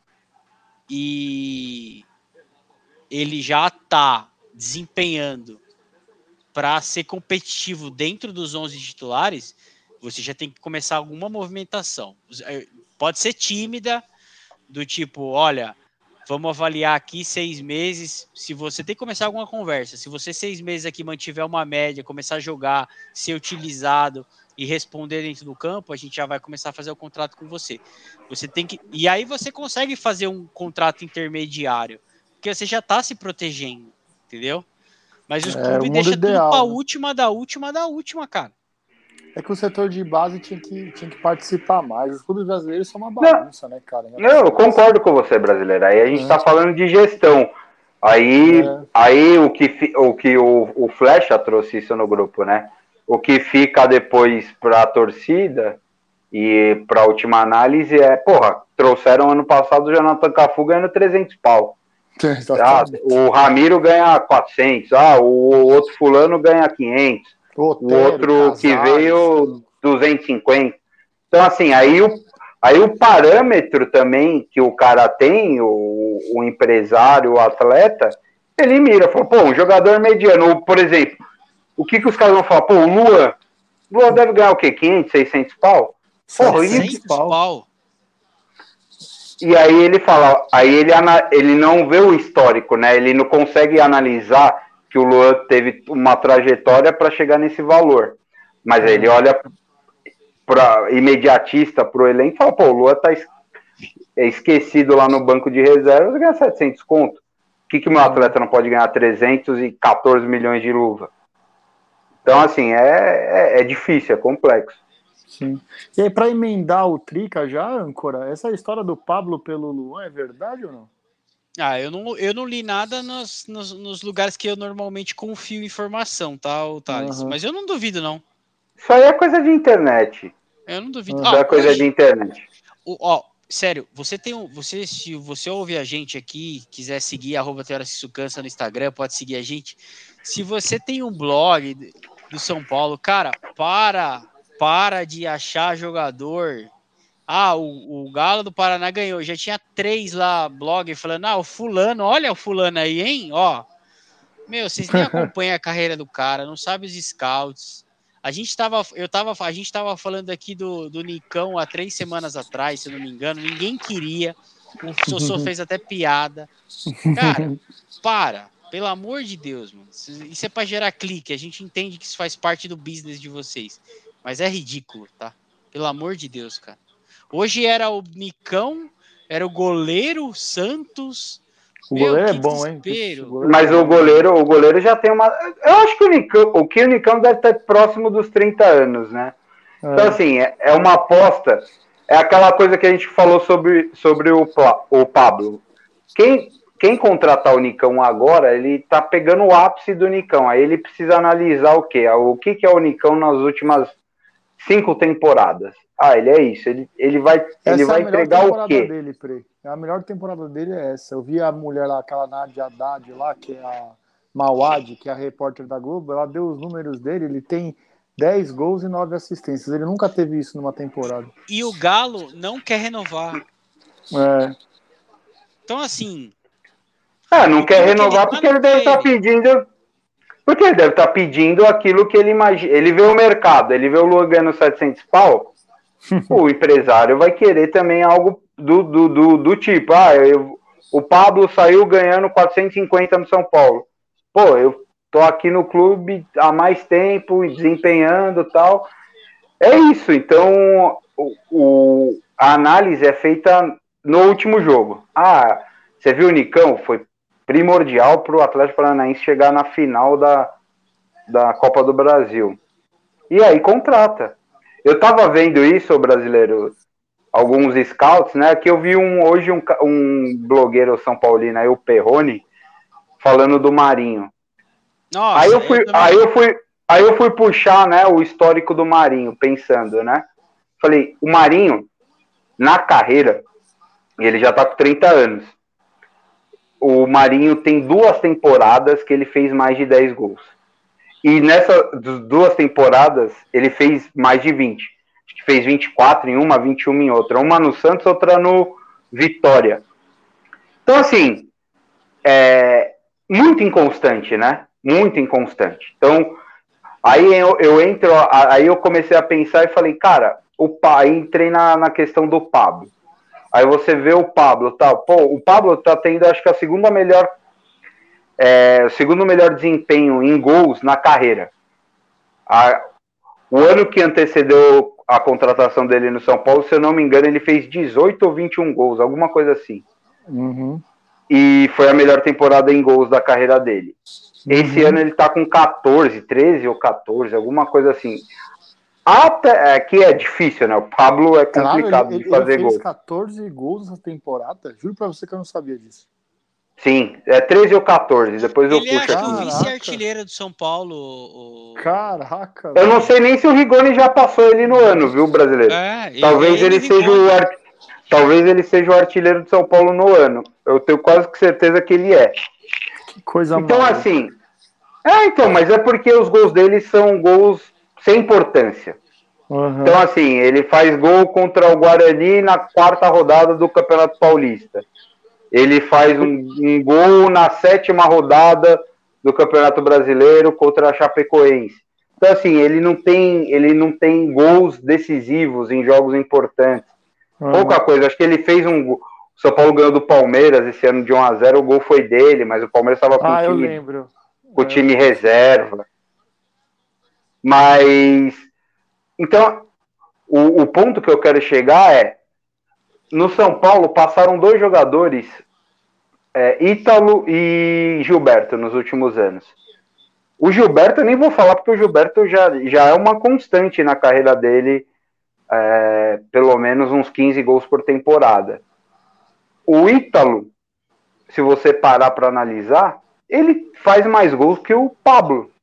e ele já tá desempenhando para ser competitivo dentro dos onze titulares, você já tem que começar alguma movimentação. Pode ser tímida, do tipo, olha, vamos avaliar aqui seis meses. Se você tem que começar alguma conversa, se você seis meses aqui mantiver uma média, começar a jogar, ser utilizado e responder dentro do campo, a gente já vai começar a fazer o contrato com você. Você tem que, e aí você consegue fazer um contrato intermediário, porque você já está se protegendo, entendeu? Mas os É, clubes o mundo deixam ideal, tudo pra né? última, da última, da última, cara. É que o setor de base tinha que, tinha que participar mais. Os clubes brasileiros são uma bagunça, né, cara? em Não, relação eu a isso. concordo com você, brasileiro. Aí a gente É. tá falando de gestão. Aí, É. aí o que, fi- o, que o, o Flecha trouxe isso no grupo, né? O que fica depois pra torcida e pra última análise é, porra, trouxeram ano passado o Jonathan Cafu ganhando trezentos pau. Ah, Exatamente. o Ramiro ganha quatrocentos, ah, o outro fulano ganha quinhentos, o Otero, outro que Casares. veio duzentos e cinquenta. Então, assim, aí o, aí o parâmetro também que o cara tem, o, o empresário, o atleta, ele mira, fala, pô, um jogador mediano, por exemplo, o que que os caras vão falar? Pô, o Luan, o Luan deve ganhar o quê? quinhentos, seiscentos pau? Porra, e, seiscentos pau. e aí ele fala, aí ele, ana- ele não vê o histórico, né? Ele não consegue analisar que o Luan teve uma trajetória para chegar nesse valor. Mas aí ele olha para imediatista pro elenco e fala, pô, o Luan tá es- é esquecido lá no banco de reservas e ganha setecentos conto. O que que o meu atleta não pode ganhar trezentos e quatorze milhões de luva? Então, assim, é, é, é difícil, é complexo. Sim. E aí, pra emendar o Trica já, âncora, essa história do Pablo pelo Luan é verdade ou não? Ah, eu não, eu não li nada nos, nos, nos lugares que eu normalmente confio em informação, tá, ô Thales? Uhum. Mas eu não duvido, não. Isso aí é coisa de internet. Eu não duvido. Uhum. Isso Ah, é coisa hoje- de internet. O- Ó, sério, você tem um. Você, se você ouve a gente aqui, quiser seguir arroba Teora Se Isso Cansa no Instagram, pode seguir a gente. Se você tem um blog do São Paulo, cara, para, para de achar jogador Ah, o, o Galo do Paraná ganhou. Já tinha três lá, blog, falando, ah, o fulano, olha o fulano aí, hein? Ó, meu, vocês nem acompanham a carreira do cara, não sabem os scouts. A gente tava, eu tava, a gente tava falando aqui do, do Nicão há três semanas atrás, se eu não me engano, ninguém queria. O Sossô fez até piada. Cara, para. Pelo amor de Deus, mano. Isso é pra gerar clique. A gente entende que isso faz parte do business de vocês. Mas é ridículo, tá? Pelo amor de Deus, cara. Hoje era o Nicão, era o goleiro Santos. O Meu, goleiro que é bom, hein? desespero. O goleiro Mas é o bom. goleiro, o goleiro já tem uma. Eu acho que o Nicão, o que o Nicão deve estar próximo dos trinta anos, né? É. Então, assim, é, é uma aposta. É aquela coisa que a gente falou sobre, sobre o, Pla- o Pablo. Quem, quem contratar o Nicão agora, ele tá pegando o ápice do Nicão. Aí ele precisa analisar o quê? O que, que é o Nicão nas últimas cinco temporadas. Ah, ele é isso. Ele, ele vai, ele Essa vai é a melhor entregar o temporada quê? dele, Pre. A melhor temporada dele é essa. Eu vi a mulher lá, aquela Nadia Haddad lá, que é a Mawad, que é a repórter da Globo, ela deu os números dele, ele tem dez gols e nove assistências. Ele nunca teve isso numa temporada. E o Galo não quer renovar. É. Então, assim, Ah, não O quer time que renovar ele tá porque não ele deve quer estar pedindo. Porque ele deve estar pedindo aquilo que ele imagina. Ele vê o mercado, ele vê o Luan ganhando setecentos pau. O empresário vai querer também algo do, do, do, do tipo. Ah, eu, o Pablo saiu ganhando quatrocentos e cinquenta no São Paulo. Pô, eu tô aqui no clube há mais tempo, desempenhando e tal. É isso. Então, o, o, a análise é feita no último jogo. Ah, você viu o Nicão? Foi primordial para o Atlético Paranaense chegar na final da, da Copa do Brasil. E aí contrata. Eu tava vendo isso, brasileiro, alguns scouts, né? Que eu vi um, hoje um, um blogueiro São Paulino, aí, o Perrone, falando do Marinho. nossa, Aí eu fui, eu também- aí eu fui, aí eu fui puxar, né, o histórico do Marinho, pensando, né? Falei, o Marinho, na carreira, ele já tá com trinta anos. O Marinho tem duas temporadas que ele fez mais de dez gols. E nessas duas temporadas, ele fez mais de vinte. Acho que fez vinte e quatro em uma, vinte e um em outra. Uma no Santos, outra no Vitória. Então, assim, é muito inconstante, né? Muito inconstante. Então, aí eu, eu entro, aí eu comecei a pensar e falei, cara, o pai, entrei na, na questão do Pablo. Aí você vê o Pablo, tá? Pô, o Pablo tá tendo, acho que a segunda melhor, é, o segundo melhor desempenho em gols na carreira. A, o ano que antecedeu a contratação dele no São Paulo, se eu não me engano, ele fez dezoito ou vinte e um gols, alguma coisa assim. Uhum. E foi a melhor temporada em gols da carreira dele. Esse Uhum. ano ele tá com catorze, treze ou catorze, alguma coisa assim. Até que é difícil, né? O Pablo é complicado Caralho, ele, de fazer ele fez gol. catorze gols nessa temporada? Juro pra você que eu não sabia disso. Sim, é treze ou catorze, depois eu ele é puxo acho que o aqui. Caraca. vice-artilheiro do São Paulo. O... Caraca. Eu velho. não sei nem se o Rigoni já passou ele no ano, viu, brasileiro? É, Talvez ele, ele seja Rigoni. o art... Talvez ele seja o artilheiro de São Paulo no ano. Eu tenho quase que certeza que ele é. Que coisa Então, maluca. assim. É, então, mas é porque os gols dele são gols sem importância. Uhum. Então, assim, ele faz gol contra o Guarani na quarta rodada do Campeonato Paulista. Ele faz um, um gol na sétima rodada do Campeonato Brasileiro contra a Chapecoense. Então, assim, ele não tem, ele não tem gols decisivos em jogos importantes. Uhum. Pouca coisa. Acho que ele fez um gol. O São Paulo ganhou do Palmeiras esse ano de um a zero. O gol foi dele, mas o Palmeiras estava com Ah, o eu time, lembro. com o É, time eu- reserva. Mas, então, o, o ponto que eu quero chegar é, no São Paulo passaram dois jogadores, é, Ítalo e Gilberto, nos últimos anos. O Gilberto eu nem vou falar, porque o Gilberto já, já é uma constante na carreira dele, é, pelo menos uns quinze gols por temporada. O Ítalo, se você parar para analisar, ele faz mais gols que o Pablo.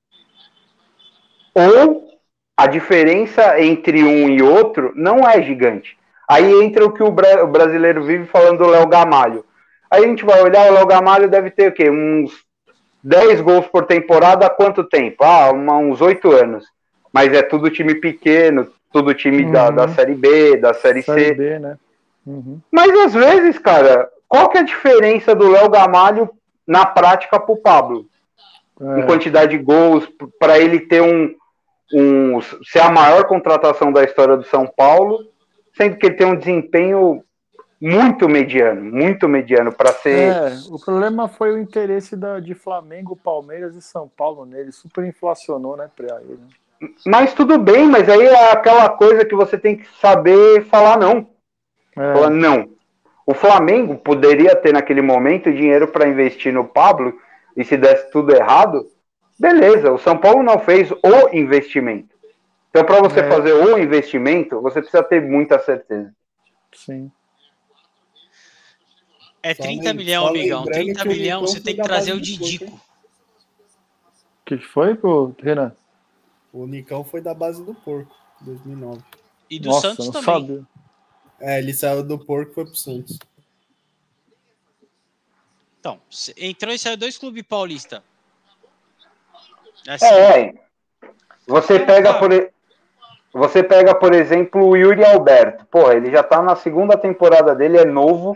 Ou a diferença entre um e outro não é gigante. Aí entra o que o, bra- o brasileiro vive falando do Léo Gamalho. Aí a gente vai olhar, o Léo Gamalho deve ter o quê? Uns dez gols por temporada há quanto tempo? Ah, uma, uns oito anos. mas é tudo time pequeno, tudo time Uhum. da, da Série B, da Série, Série C. B, né? Uhum. Mas às vezes, cara, qual que é a diferença do Léo Gamalho na prática pro Pablo? É. Em quantidade de gols, para ele ter um, um. ser a maior contratação da história do São Paulo, sendo que ele tem um desempenho muito mediano, muito mediano para ser. É, o problema foi o interesse da, de Flamengo, Palmeiras e São Paulo nele. Super inflacionou, né, pra ele. Né? Mas tudo bem, mas aí é aquela coisa que você tem que saber falar não. É. Falar não. O Flamengo poderia ter naquele momento dinheiro para investir no Pablo, e se desse tudo errado, beleza, o São Paulo não fez o investimento. Então, para você É. fazer o investimento, você precisa ter muita certeza. Sim. É Só trinta lem- milhão, só amigão. lembrando trinta que o milhão, Nicão você foi tem que da trazer base o do Porto, Didico. hein? O que que foi, pô, Renan? O Nicão foi da base do Porco, em dois mil e nove. E do Nossa, Santos não também. sabia. É, ele saiu do Porco e foi pro Santos. Então, se- entrou e saiu dois clubes paulistas. Assim, É, você Não, pega, cara. por, e- você pega, por exemplo, o Yuri Alberto. Pô, ele já tá na segunda temporada dele, é novo,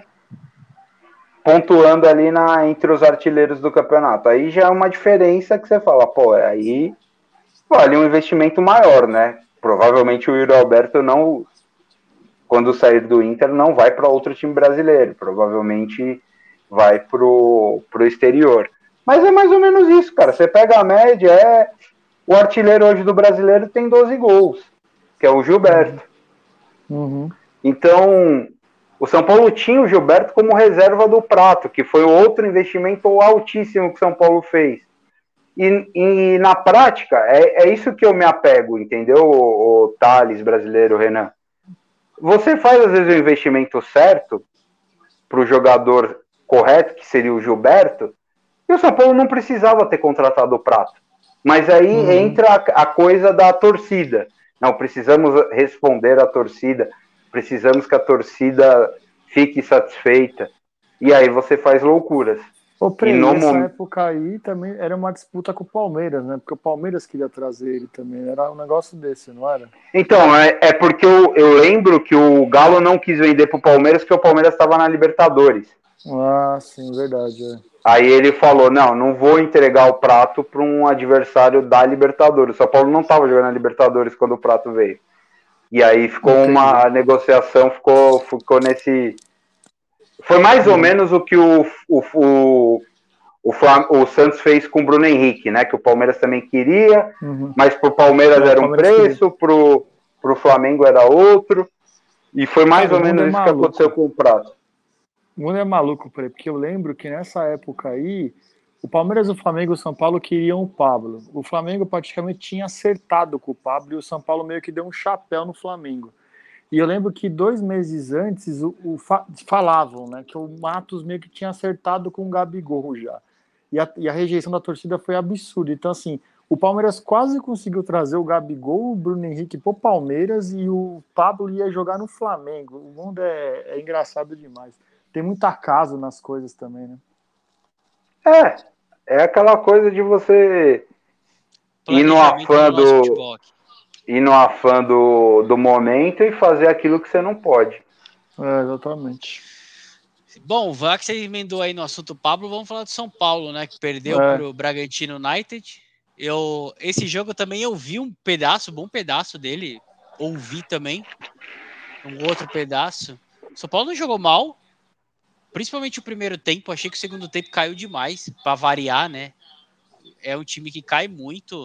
pontuando ali na, entre os artilheiros do campeonato. Aí já é uma diferença que você fala, pô, aí vale um investimento maior, né? Provavelmente o Yuri Alberto não, quando sair do Inter, não vai para outro time brasileiro. Provavelmente vai pro, pro exterior. Mas é mais ou menos isso, cara. Você pega a média, é o artilheiro hoje do brasileiro tem doze gols, que é o Gilberto. Uhum. Então, o São Paulo tinha o Gilberto como reserva do Prato, que foi outro investimento altíssimo que o São Paulo fez. E, e na prática, é, é isso que eu me apego, entendeu, o, o Thales brasileiro, Renan? Você faz, às vezes, o investimento certo para o jogador correto, que seria o Gilberto, e o São Paulo não precisava ter contratado o Prato. Mas aí Uhum. entra a, a coisa da torcida. Não, precisamos responder à torcida, precisamos que a torcida fique satisfeita. E aí você faz loucuras. Ô, Pre, E no nessa mom- época aí também era uma disputa com o Palmeiras, né? Porque o Palmeiras queria trazer ele também. Era um negócio desse, não era? Então, é, é porque eu, eu lembro que o Galo não quis vender pro Palmeiras, porque o Palmeiras estava na Libertadores. Ah, sim, verdade. É. Aí ele falou, não, não vou entregar o Prato para um adversário da Libertadores. O São Paulo não estava jogando na Libertadores quando o Prato veio. E aí ficou Entendi. uma a negociação, ficou, ficou nesse... Foi mais ou Uhum. menos o que o, o, o, o, Flam- o Santos fez com o Bruno Henrique, né? Que o Palmeiras também queria, Uhum. mas pro Palmeiras É, o era um Palmeiras preço, pro, pro Flamengo era outro. E foi mais Cara, ou o mundo menos é isso maluco. que aconteceu com o Prato. O mundo é maluco, Pre, porque eu lembro que nessa época aí, o Palmeiras, o Flamengo e o São Paulo queriam o Pablo. O Flamengo praticamente tinha acertado com o Pablo e o São Paulo meio que deu um chapéu no Flamengo. E eu lembro que dois meses antes o, o fa- falavam, né, que o Matos meio que tinha acertado com o Gabigol já. E a, e a rejeição da torcida foi absurda. Então, assim, o Palmeiras quase conseguiu trazer o Gabigol, o Bruno Henrique pro Palmeiras e o Pablo ia jogar no Flamengo. O mundo é, é engraçado demais. Tem muito acaso nas coisas também, né? É, é aquela coisa de você ir no planejamento afã do nosso do, futebol aqui. ir no afã do, do momento e fazer aquilo que você não pode. É, exatamente. Bom, já que você emendou aí no assunto Pablo, vamos falar do São Paulo, né? Que perdeu É. pro Bragantino United. Eu, esse jogo também eu vi um pedaço, bom pedaço dele. Ouvi também. Um outro pedaço. São Paulo não jogou mal. Principalmente o primeiro tempo. Achei que o segundo tempo caiu demais. Pra variar, né? É um time que cai muito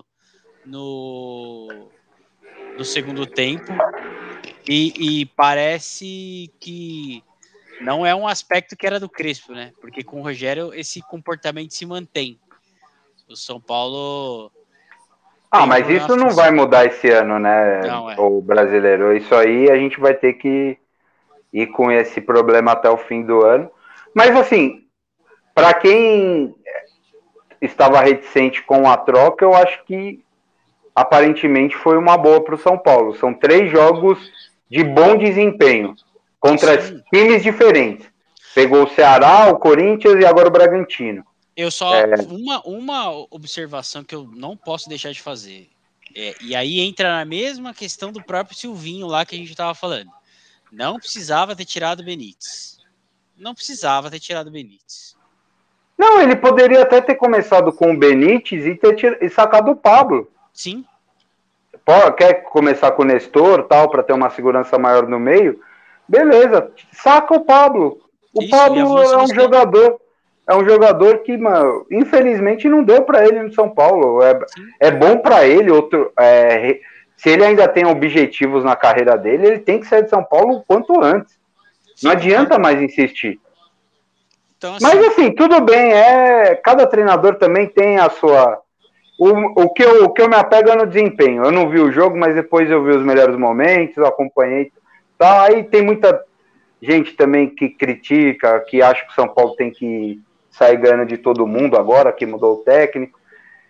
no, no segundo tempo. E, e parece que não é um aspecto que era do Crespo, né? Porque com o Rogério esse comportamento se mantém. O São Paulo... Ah, tem mas problema isso não físico. vai mudar esse ano, né, Não, é. o brasileiro. Isso aí a gente vai ter que ir com esse problema até o fim do ano. Mas, assim, para quem estava reticente com a troca, eu acho que aparentemente foi uma boa para o São Paulo. São três jogos de bom desempenho contra Sim. times diferentes. Pegou o Ceará, o Corinthians e agora o Bragantino. Eu só... É. Uma, uma observação que eu não posso deixar de fazer. É, e aí entra na mesma questão do próprio Silvinho lá que a gente estava falando. Não precisava ter tirado o Benítez. Não precisava ter tirado o Benítez. Não, ele poderia até ter começado com o Benítez e ter tir... e sacado o Pablo. Sim. Pô, quer começar com o Nestor, tal, para ter uma segurança maior no meio? Beleza, saca o Pablo. O Isso, Pablo é um Nestor. jogador, é um jogador que, mano, infelizmente não deu para ele no São Paulo. É, é bom para ele, outro, é, se ele ainda tem objetivos na carreira dele, ele tem que sair de São Paulo o quanto antes. Sim, não adianta claro. mais insistir. Então, assim... Mas assim, tudo bem, é, cada treinador também tem a sua... O, o, que eu, o que eu me apego é no desempenho. Eu não vi o jogo, mas depois eu vi os melhores momentos, eu acompanhei. Tá, aí tem muita gente também que critica, que acha que o São Paulo tem que sair ganhando de todo mundo agora, que mudou o técnico.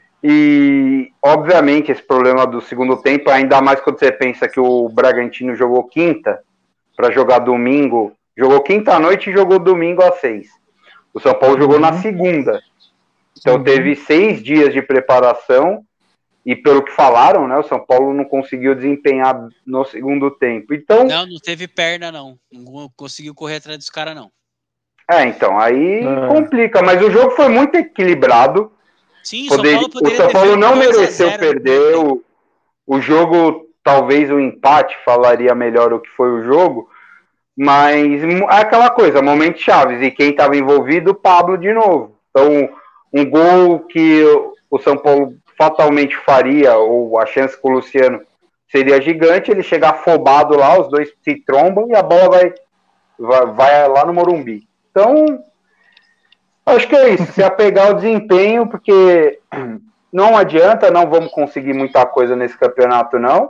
E, obviamente, esse problema do segundo tempo, ainda mais quando você pensa que o Bragantino jogou quinta para jogar domingo, jogou quinta à noite e jogou domingo às seis. O São Paulo jogou na segunda. Então teve seis dias de preparação e pelo que falaram, né, o São Paulo não conseguiu desempenhar no segundo tempo. Então não, não teve perna não, não conseguiu correr atrás dos caras não. É, então aí é. complica. Mas o jogo foi muito equilibrado. Sim, Poder... São Paulo poderia o São Paulo não mereceu zero, perder o, o jogo. Talvez o empate falaria melhor o que foi o jogo. Mas é aquela coisa, momentos chaves. E quem estava envolvido, o Pablo de novo. Então um gol que o São Paulo fatalmente faria, ou a chance com o Luciano seria gigante, ele chegar afobado lá, os dois se trombam e a bola vai, vai, vai lá no Morumbi. Então, acho que é isso, se apegar ao desempenho, porque não adianta, não vamos conseguir muita coisa nesse campeonato, não.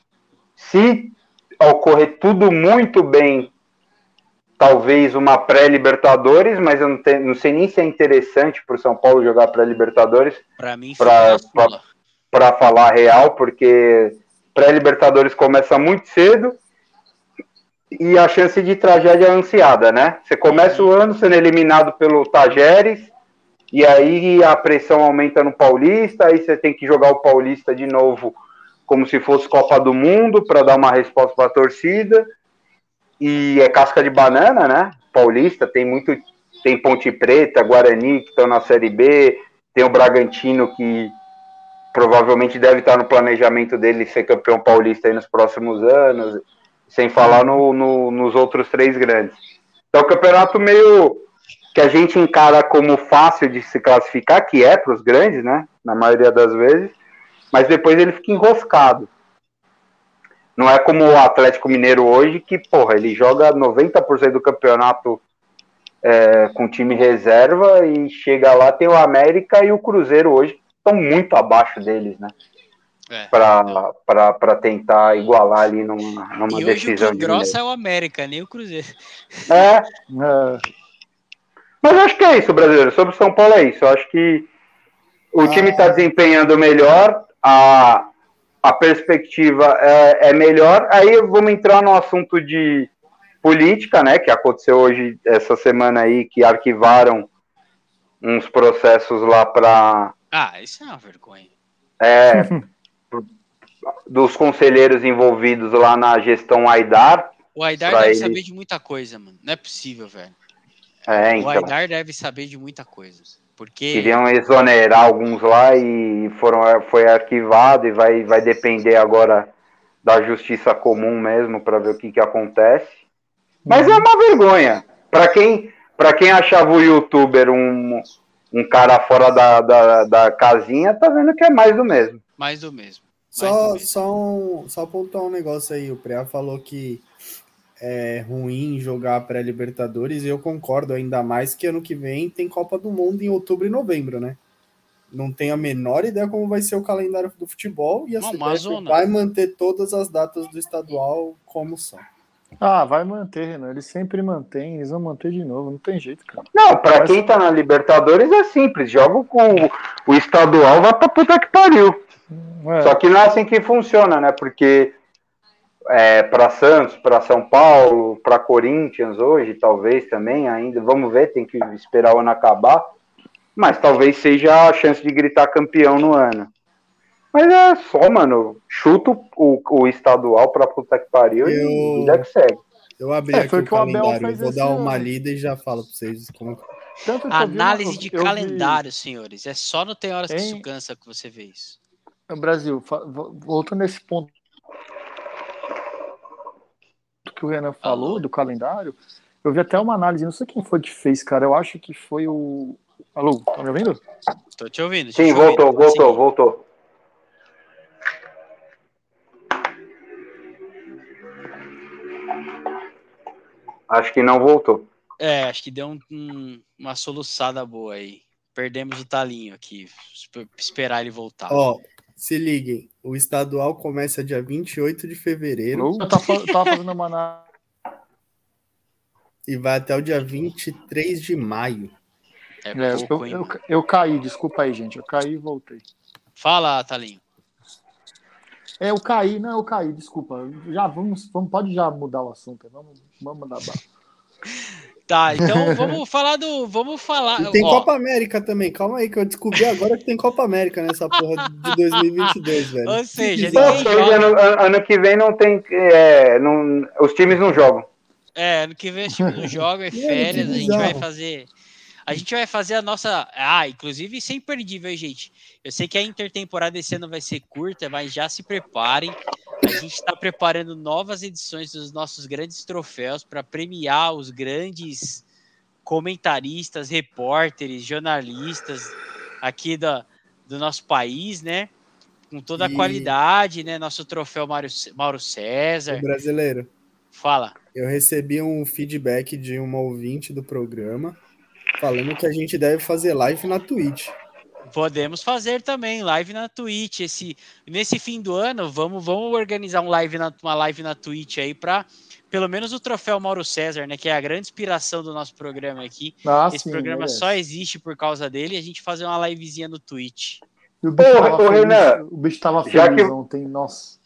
Se ocorrer tudo muito bem, talvez uma pré-Libertadores, mas eu não, te, não sei nem se é interessante para o São Paulo jogar pré-Libertadores. Para mim, para falar real, porque pré-Libertadores começa muito cedo e a chance de tragédia é anunciada, né? Você começa o ano sendo eliminado pelo Tajeres e aí a pressão aumenta no Paulista, aí você tem que jogar o Paulista de novo como se fosse Copa do Mundo para dar uma resposta para a torcida. E é casca de banana, né? Paulista, tem muito. Tem Ponte Preta, Guarani, que estão na Série B, tem o Bragantino, que provavelmente deve estar no planejamento dele ser campeão paulista aí nos próximos anos, sem falar no, no, nos outros três grandes. Então, o campeonato meio que a gente encara como fácil de se classificar, que é para os grandes, né? Na maioria das vezes, mas depois ele fica enroscado. Não é como o Atlético Mineiro hoje, que, porra, ele joga noventa por cento do campeonato é, com time reserva e chega lá, tem o América e o Cruzeiro hoje, que estão muito abaixo deles, né? É, para tentar igualar ali numa, numa e decisão. E hoje o que grossa é o América, nem o Cruzeiro. É, é. Mas acho que é isso, brasileiro. Sobre o São Paulo é isso. Eu acho que o ah. time está desempenhando melhor, a... a perspectiva é, é melhor. Aí vamos entrar no assunto de política, né, que aconteceu hoje, essa semana aí, que arquivaram uns processos lá para... Ah, isso é uma vergonha. É, dos conselheiros envolvidos lá na gestão Aidar. O Aidar deve ele... saber de muita coisa, mano. Não é possível, velho. É, então. O Aidar deve saber de muita coisa. Porque... Queriam exonerar alguns lá e foram, foi arquivado e vai, vai depender agora da justiça comum mesmo para ver o que, que acontece. Mas é uma vergonha. Para quem, para quem achava o youtuber um, um cara fora da, da, da casinha, tá vendo que é mais do mesmo. Mais do mesmo. Mais mais só, do mesmo. Só, um, só apontar um negócio aí. O Preá falou que é ruim jogar pré-Libertadores, e eu concordo, ainda mais que ano que vem tem Copa do Mundo em outubro e novembro, né? Não tenho a menor ideia como vai ser o calendário do futebol, e a C B F vai manter todas as datas do estadual como são. Ah, vai manter, Renan. Eles sempre mantêm, eles vão manter de novo, não tem jeito, cara. Não, pra Mas... quem tá na Libertadores é simples, joga com o estadual, vai pra puta que pariu. É. Só que não é assim que funciona, né? Porque é, para Santos, para São Paulo, para Corinthians hoje, talvez também ainda, vamos ver, tem que esperar o ano acabar, mas talvez seja a chance de gritar campeão no ano. Mas é só, mano. Chuto o, o estadual pra puta que pariu Eu- e vida que segue. Eu abri É, aqui foi o o que o Abel calendário, fez vou esse dar uma ano. lida e já falo pra vocês como. Tanto que eu vi uma- Análise de eu vi- calendário, senhores. É só no Tem Horas que Hein? Isso Cansa que você vê isso. No Brasil, fa- vo- voltando nesse ponto que o Renan falou, Alô? do calendário, eu vi até uma análise, não sei quem foi que fez, cara, eu acho que foi o... Alô, tá me ouvindo? Tô te ouvindo. tô Sim, te voltou, ouvindo. Pode voltou, seguir. voltou. Acho que não voltou. É, acho que deu um- um- uma soluçada boa aí. Perdemos o talinho aqui. Esp- Esperar ele voltar. Ó, se liguem, o estadual começa dia vinte e oito de fevereiro Alô? Eu tava, fa- tava fazendo uma análise. e vai até o dia vinte e três de maio. É É, pouco, eu, hein? eu, eu caí, desculpa aí, gente, eu caí e voltei. Fala, Talinho. É, eu caí, não, eu caí, desculpa. Já vamos, vamos pode já mudar o assunto, vamos, vamos mandar bala. Tá, então vamos falar do. Vamos falar. E tem ó, Copa América também, calma aí, que eu descobri agora que tem Copa América nessa porra de dois mil e vinte e dois, velho. Ou seja, Que Ou ninguém bizarro. seja, joga. ano, ano que vem não tem. É, não, os times não jogam. É, ano que vem o time não joga, é que férias, a gente vai bizarro. fazer. A gente vai fazer a nossa. Ah, inclusive, isso é imperdível, hein, gente. Eu sei que a intertemporada esse ano vai ser curta, mas já se preparem. A gente está preparando novas edições dos nossos grandes troféus para premiar os grandes comentaristas, repórteres, jornalistas aqui da, do nosso país, né? Com toda a E- qualidade, né? Nosso troféu Mário, Mauro O César. brasileiro, Fala. eu recebi um feedback de uma ouvinte do programa falando que a gente deve fazer live na Twitch. Podemos fazer também live na Twitch. Esse, nesse fim do ano, vamos, vamos organizar um live na, uma live na Twitch aí para pelo menos o troféu Mauro César, né? Que é a grande inspiração do nosso programa aqui. Ah, Esse sim, programa merece. só existe por causa dele e a gente fazer uma livezinha no Twitch. E o bicho Ô, tava ô, feliz, Renan, o bicho tava já feliz que- ontem, nossa.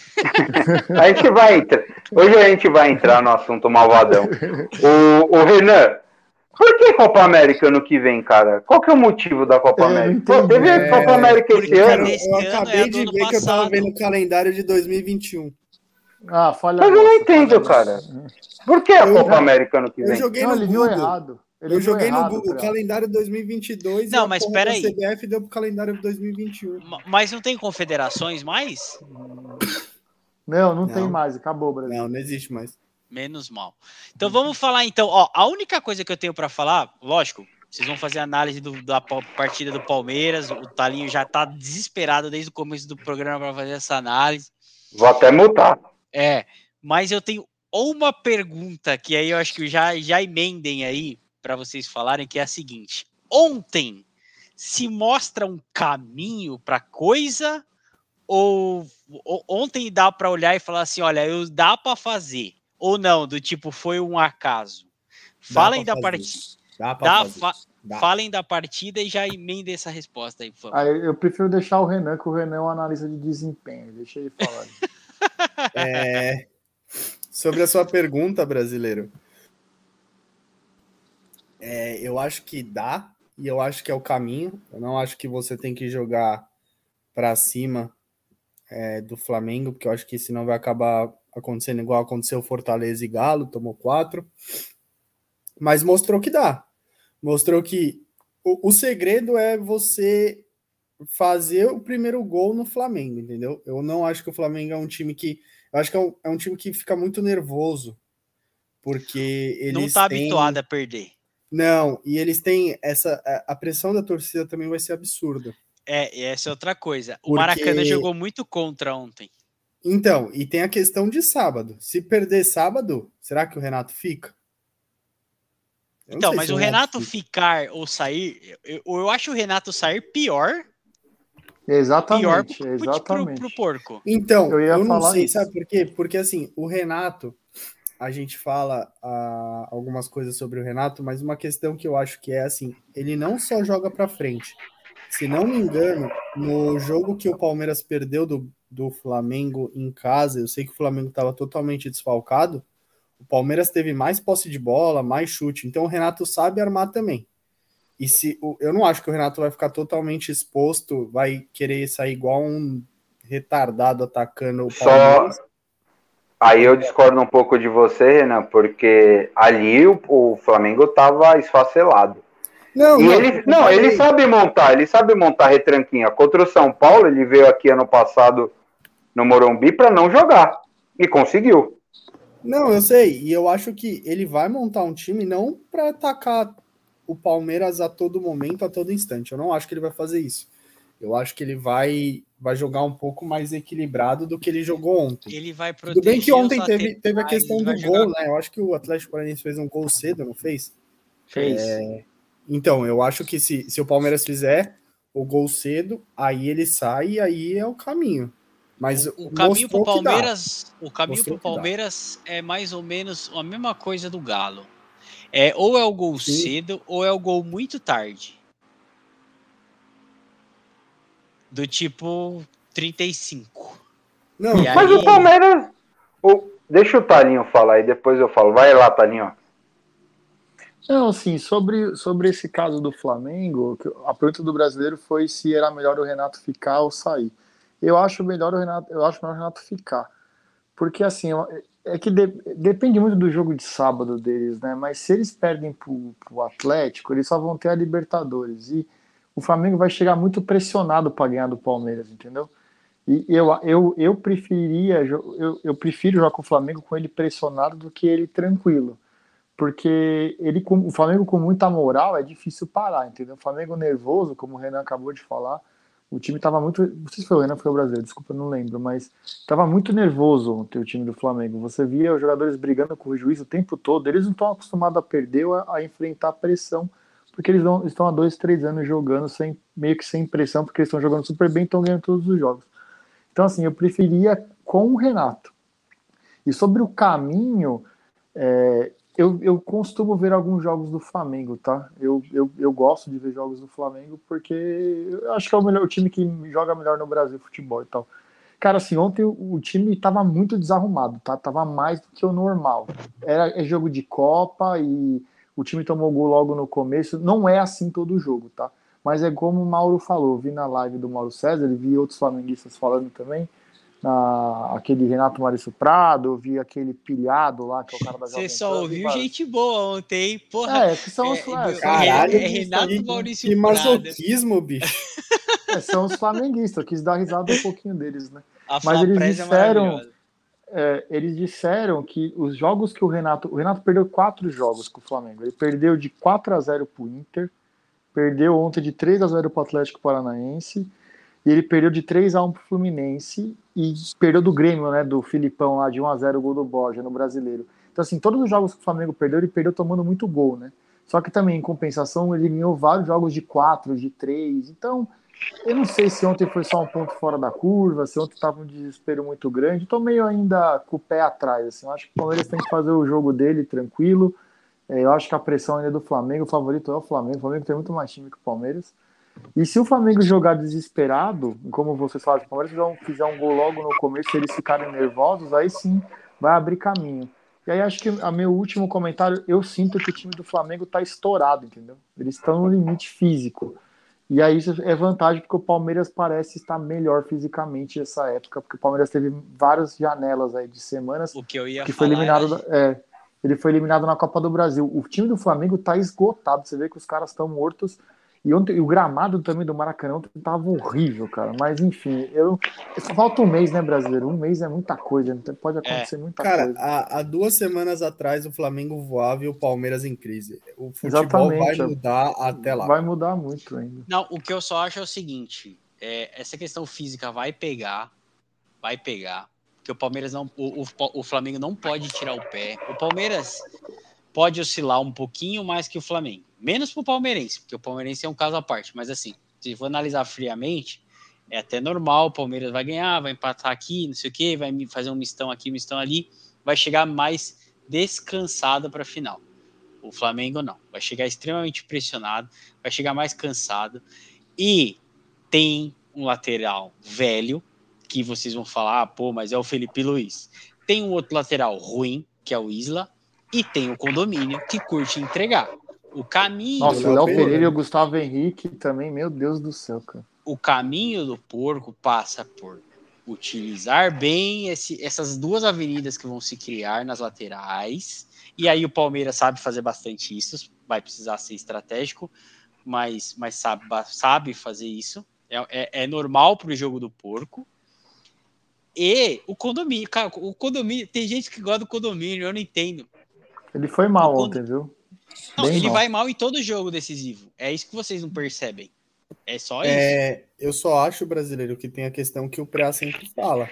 A gente vai entrar. Hoje a gente vai entrar no assunto malvadão. O, o Renan, por que Copa América ano que vem, cara? Qual que é o motivo da Copa É, não América? entendi. Pô, teve É, Copa América porque esse ano, nesse Eu ano é acabei a do de ano ver que eu tava passado. vendo o calendário de dois mil e vinte e um. Ah, falha mas eu não nossa, entendo, falha cara. nossa. Por que a Eu- Copa América ano que Eu vem? joguei Não, no ele viu Google. errado. Ele Eu viu joguei no errado, Google cara. calendário dois mil e vinte e dois Não, e a mas porra pera da aí. C B F deu pro calendário dois mil e vinte e um. Ma- Mas não tem confederações mais? Não, não, Não. tem mais, acabou, Brasil. Não, não existe mais. Menos mal. Então vamos falar então. Ó, a única coisa que eu tenho para falar, lógico, vocês vão fazer análise do- da pa- partida do Palmeiras. O Talinho já tá desesperado desde o começo do programa para fazer essa análise. Vou até mutar. É, mas eu tenho uma pergunta que aí eu acho que já, já emendem aí para vocês falarem, que é a seguinte. Ontem se mostra um caminho para coisa ou, ou ontem dá para olhar e falar assim, olha, eu dá para fazer ou não, do tipo foi um acaso? Dá Falem pra da fazer. partida, Dá pra dá, fazer. fa- Dá. falem da partida e já emendem essa resposta aí, por favor. Ah, eu eu prefiro deixar o Renan, que o Renan é um analista de desempenho. Deixa ele falar. É, sobre a sua pergunta, brasileiro, é, eu acho que dá e eu acho que é o caminho. Eu não acho que você tem que jogar para cima é, do Flamengo, porque eu acho que senão vai acabar acontecendo igual aconteceu Fortaleza e Galo, tomou quatro. Mas mostrou que dá. Mostrou que o, o segredo é você fazer o primeiro gol no Flamengo, entendeu? Eu não acho que o Flamengo é um time que... Eu acho que é um, é um time que fica muito nervoso, porque eles Não tá têm... habituado a perder. Não, e eles têm essa... A, a pressão da torcida também vai ser absurda. É, e essa é outra coisa. O Porque- Maracanã jogou muito contra ontem. Então, e tem a questão de sábado. Se perder sábado, será que o Renato fica? Eu não Então, sei mas se o Renato fica. ficar ou sair, eu, eu acho o Renato sair pior, pior Exatamente, pro, pro, pro, exatamente. pro porco. Então, Eu eu, ia não falar sei, isso. sabe por quê? Porque assim, o Renato, a gente fala ah, algumas coisas sobre o Renato, mas uma questão que eu acho que é assim, ele não só joga pra frente. Se não me engano, no jogo que o Palmeiras perdeu do, do Flamengo em casa, eu sei que o Flamengo estava totalmente desfalcado, o Palmeiras teve mais posse de bola, mais chute, então o Renato sabe armar também. E se o, eu não acho que o Renato vai ficar totalmente exposto, vai querer sair igual um retardado atacando o Palmeiras. Só aí eu discordo um pouco de você, Renan, porque ali o, o Flamengo estava esfacelado. Não, e não, ele, não, ele sabe montar, ele sabe montar retranquinha. Contra o São Paulo, ele veio aqui ano passado no Morumbi para não jogar. E conseguiu. Não, eu sei. E eu acho que ele vai montar um time não para atacar o Palmeiras a todo momento, a todo instante. Eu não acho que ele vai fazer isso. Eu acho que ele vai, vai jogar um pouco mais equilibrado do que ele jogou ontem. Ele vai proteger. Tudo bem que ontem os teve, teve a laterais, questão ele do vai gol, jogar- né? Eu acho que o Atlético Paranaense fez um gol cedo, não fez? Fez. Então, eu acho que se, se o Palmeiras fizer o gol cedo, aí ele sai e aí é o caminho. Mas O caminho pro mostrou que dá. Palmeiras, o caminho Mostrou pro que dá. Palmeiras é mais ou menos a mesma coisa do Galo. É ou é o gol Sim. cedo ou é o gol muito tarde. Do tipo trinta e cinco. Não, E aí- Mas o Palmeiras. o- deixa o Talinho falar e depois eu falo. Vai lá, Talinho. Não, assim, sobre, sobre esse caso do Flamengo, que a pergunta do brasileiro foi se era melhor o Renato ficar ou sair. Eu acho melhor o Renato, eu acho melhor o Renato ficar. Porque assim, é que de- depende muito do jogo de sábado deles, né? Mas se eles perdem pro, pro Atlético, eles só vão ter a Libertadores. E o Flamengo vai chegar muito pressionado para ganhar do Palmeiras, entendeu? E eu, eu, eu preferiria, eu, eu prefiro jogar com o Flamengo com ele pressionado do que ele tranquilo. Porque ele, com, o Flamengo com muita moral é difícil parar, entendeu? O Flamengo nervoso, como o Renan acabou de falar, o time estava muito. Não sei se foi o Renan ou foi o brasileiro, desculpa, não lembro, mas estava muito nervoso ontem o time do Flamengo. Você via os jogadores brigando com o juiz o tempo todo, eles não estão acostumados a perder ou a, a enfrentar pressão, porque eles não, estão há dois, três anos jogando sem, meio que sem pressão, porque eles estão jogando super bem e estão ganhando todos os jogos. Então, assim, eu preferia com o Renato. E sobre o caminho. É, Eu, eu costumo ver alguns jogos do Flamengo, tá? Eu, eu, eu gosto de ver jogos do Flamengo porque eu acho que é o melhor o time que joga melhor no Brasil futebol e tal. Cara, assim, ontem o, o time tava muito desarrumado, tá? Tava mais do que o normal. Era é jogo de Copa e o time tomou gol logo no começo. Não é assim todo jogo, tá? Mas é como o Mauro falou, eu vi na live do Mauro César, e vi outros flamenguistas falando também. Na, aquele Renato Maurício Prado, eu vi aquele pilhado lá, que é o cara da Jovem Você só Pan, ouviu vários. gente boa ontem, hein? Porra. É, que são os, É, é, meu- são, Caralho, é, é Renato que, Maurício que Prado. masoquismo, bicho. é, são os flamenguistas. Eu quis dar risada um pouquinho deles, né? A Mas eles Flapresa é disseram, maravilhosa. é, eles disseram que os jogos que o Renato, o Renato perdeu quatro jogos com o Flamengo. Ele perdeu de quatro a zero pro Inter, perdeu ontem de três a zero pro Atlético Paranaense, e ele perdeu de três a um pro Fluminense e perdeu do Grêmio, né, do Filipão lá de um a zero o gol do Borja no Brasileiro. Então assim, todos os jogos que o Flamengo perdeu, ele perdeu tomando muito gol, né? Só que também em compensação ele ganhou vários jogos de quatro, de três. Então, eu não sei se ontem foi só um ponto fora da curva, se ontem estava um desespero muito grande. Estou meio ainda com o pé atrás, assim. Eu acho que o Palmeiras tem que fazer o jogo dele tranquilo. É, eu acho que a pressão ainda é do Flamengo. O favorito é o Flamengo. O Flamengo tem muito mais time que o Palmeiras. E se o Flamengo jogar desesperado, como vocês falam, se o Palmeiras fizer um gol logo no começo, se eles ficarem nervosos, aí sim vai abrir caminho. E aí acho que a meu último comentário, eu sinto que o time do Flamengo está estourado, entendeu? Eles estão no limite físico. E aí isso é vantagem porque o Palmeiras parece estar melhor fisicamente nessa época, porque o Palmeiras teve várias janelas aí de semanas O que eu ia que foi falar eliminado, era- da- é, ele foi eliminado na Copa do Brasil. O time do Flamengo está esgotado, você vê que os caras estão mortos. E, ontem, e o gramado também do Maracanã estava horrível, cara. Mas enfim, eu só falta um mês, né, brasileiro? Um mês é muita coisa, então pode acontecer muita Cara, coisa. há, há duas semanas atrás o Flamengo voava e o Palmeiras em crise. O futebol Exatamente, vai mudar até lá. Vai mudar muito ainda. Não, o que eu só acho é o seguinte: é, essa questão física vai pegar, vai pegar, porque o Palmeiras não, o, o, o Flamengo não pode tirar o pé. O Palmeiras pode oscilar um pouquinho mais que o Flamengo, menos pro palmeirense, porque o palmeirense é um caso à parte. Mas assim, se for analisar friamente, é até normal. O Palmeiras vai ganhar, vai empatar aqui, não sei o que, vai fazer um mistão aqui, um mistão ali, vai chegar mais descansado para a final. O Flamengo não, vai chegar extremamente pressionado, vai chegar mais cansado e tem um lateral velho que vocês vão falar, ah, pô, mas é o Felipe Luiz. Tem um outro lateral ruim, que é o Isla, e tem o Condomínio que curte entregar. o caminho... Nossa, o Léo Pereira e o Gustavo Henrique também, meu Deus do céu, cara. O caminho do porco passa por utilizar bem esse, essas duas avenidas que vão se criar nas laterais, e aí o Palmeiras sabe fazer bastante isso, vai precisar ser estratégico, mas, mas sabe, sabe fazer isso. É, é, é normal para o jogo do porco. E o condomínio, cara, o condomínio, tem gente que gosta do condomínio, eu não entendo. Ele foi mal o ontem, viu? Não, Bem ele mal. vai mal em todo jogo decisivo. É isso que vocês não percebem. É só isso. É, eu só acho, brasileiro, que tem a questão que o Preá sempre fala.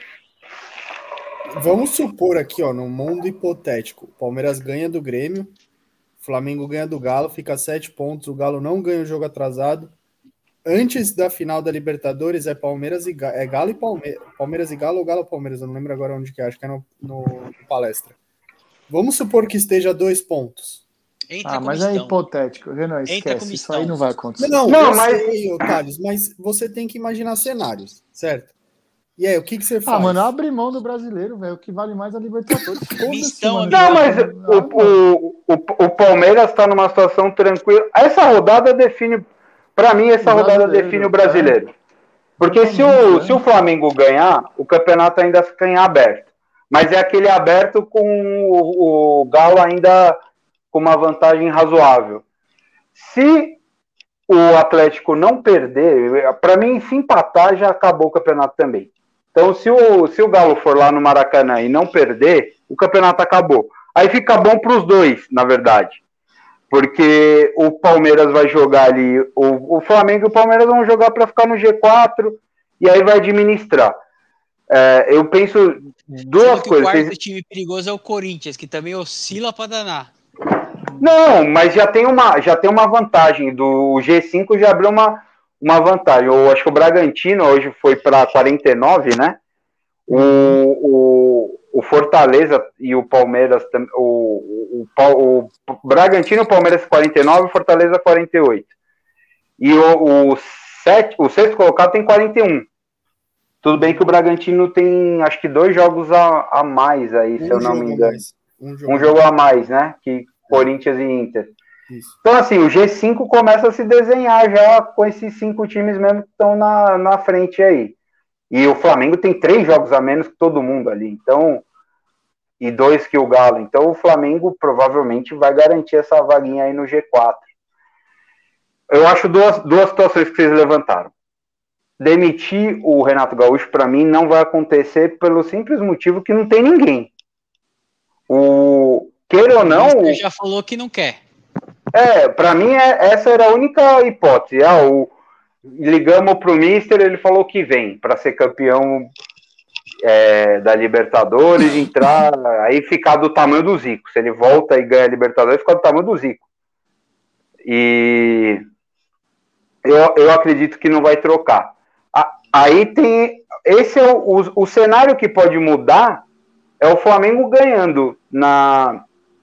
Vamos supor aqui, ó, num mundo hipotético, o Palmeiras ganha do Grêmio, o Flamengo ganha do Galo, fica sete pontos, o Galo não ganha o jogo atrasado. Antes da final da Libertadores é Palmeiras e Galo, é Galo e Palmeiras, Palmeiras e Galo ou Galo e Palmeiras, eu não lembro agora onde que é, acho que é no, no, no Palestra. Vamos supor que esteja dois pontos. Entra ah, mas mistão. é hipotético, Renan, esquece, isso aí não vai acontecer. Não, não, eu mas... sei, Thales, mas você tem que imaginar cenários, certo? E aí, o que, que você faz? Ah, mano, abre mão do brasileiro, velho, o que vale mais é a Libertadores. Mistão, mano. Não, mas o, o, o, o Palmeiras está numa situação tranquila. Essa rodada define... Para mim, essa O rodada brasileiro, define o brasileiro. é. Porque se o, se o Flamengo ganhar, o campeonato ainda fica em aberto. Mas é aquele aberto com o, o Galo ainda com uma vantagem razoável. Se o Atlético não perder, para mim, se empatar, já acabou o campeonato também. Então, se o, se o Galo for lá no Maracanã e não perder, o campeonato acabou. Aí fica bom para os dois, na verdade. Porque o Palmeiras vai jogar ali, o, o Flamengo e o Palmeiras vão jogar para ficar no G quatro e aí vai administrar. É, eu penso duas que coisas. O quarto Vocês... time perigoso é o Corinthians, que também oscila para danar. Não, mas já tem uma, já tem uma vantagem. Do G cinco já abriu uma, uma vantagem. Eu acho que o Bragantino hoje foi para quarenta e nove, né? O, o, o Fortaleza e o Palmeiras, o, o, o Bragantino e o Palmeiras quarenta e nove, o Fortaleza quarenta e oito. E o, o, sete, o sexto colocado tem quarenta e um. Tudo bem que o Bragantino tem, acho que dois jogos a, a mais aí, um se eu não me engano. Um jogo, um jogo a mais, né? Que Corinthians e Inter. Isso. Então, assim, o G cinco começa a se desenhar já com esses cinco times mesmo que estão na, na frente aí. E o Flamengo tem três jogos a menos que todo mundo ali. Então, e dois que o Galo. Então, o Flamengo provavelmente vai garantir essa vaguinha aí no G quatro. Eu acho duas, duas situações que vocês levantaram. Demitir o Renato Gaúcho, para mim, não vai acontecer pelo simples motivo que não tem ninguém. O queira ou não... Você já falou que não quer. É, para mim, é, essa era a única hipótese. Ah, o, ligamos pro Mister, ele falou que vem para ser campeão é, da Libertadores, entrar, aí ficar do tamanho do Zico. Se ele volta e ganha a Libertadores, fica do tamanho do Zico. E eu, eu acredito que não vai trocar. Aí tem... Esse é o, o, o cenário que pode mudar, é o Flamengo ganhando na,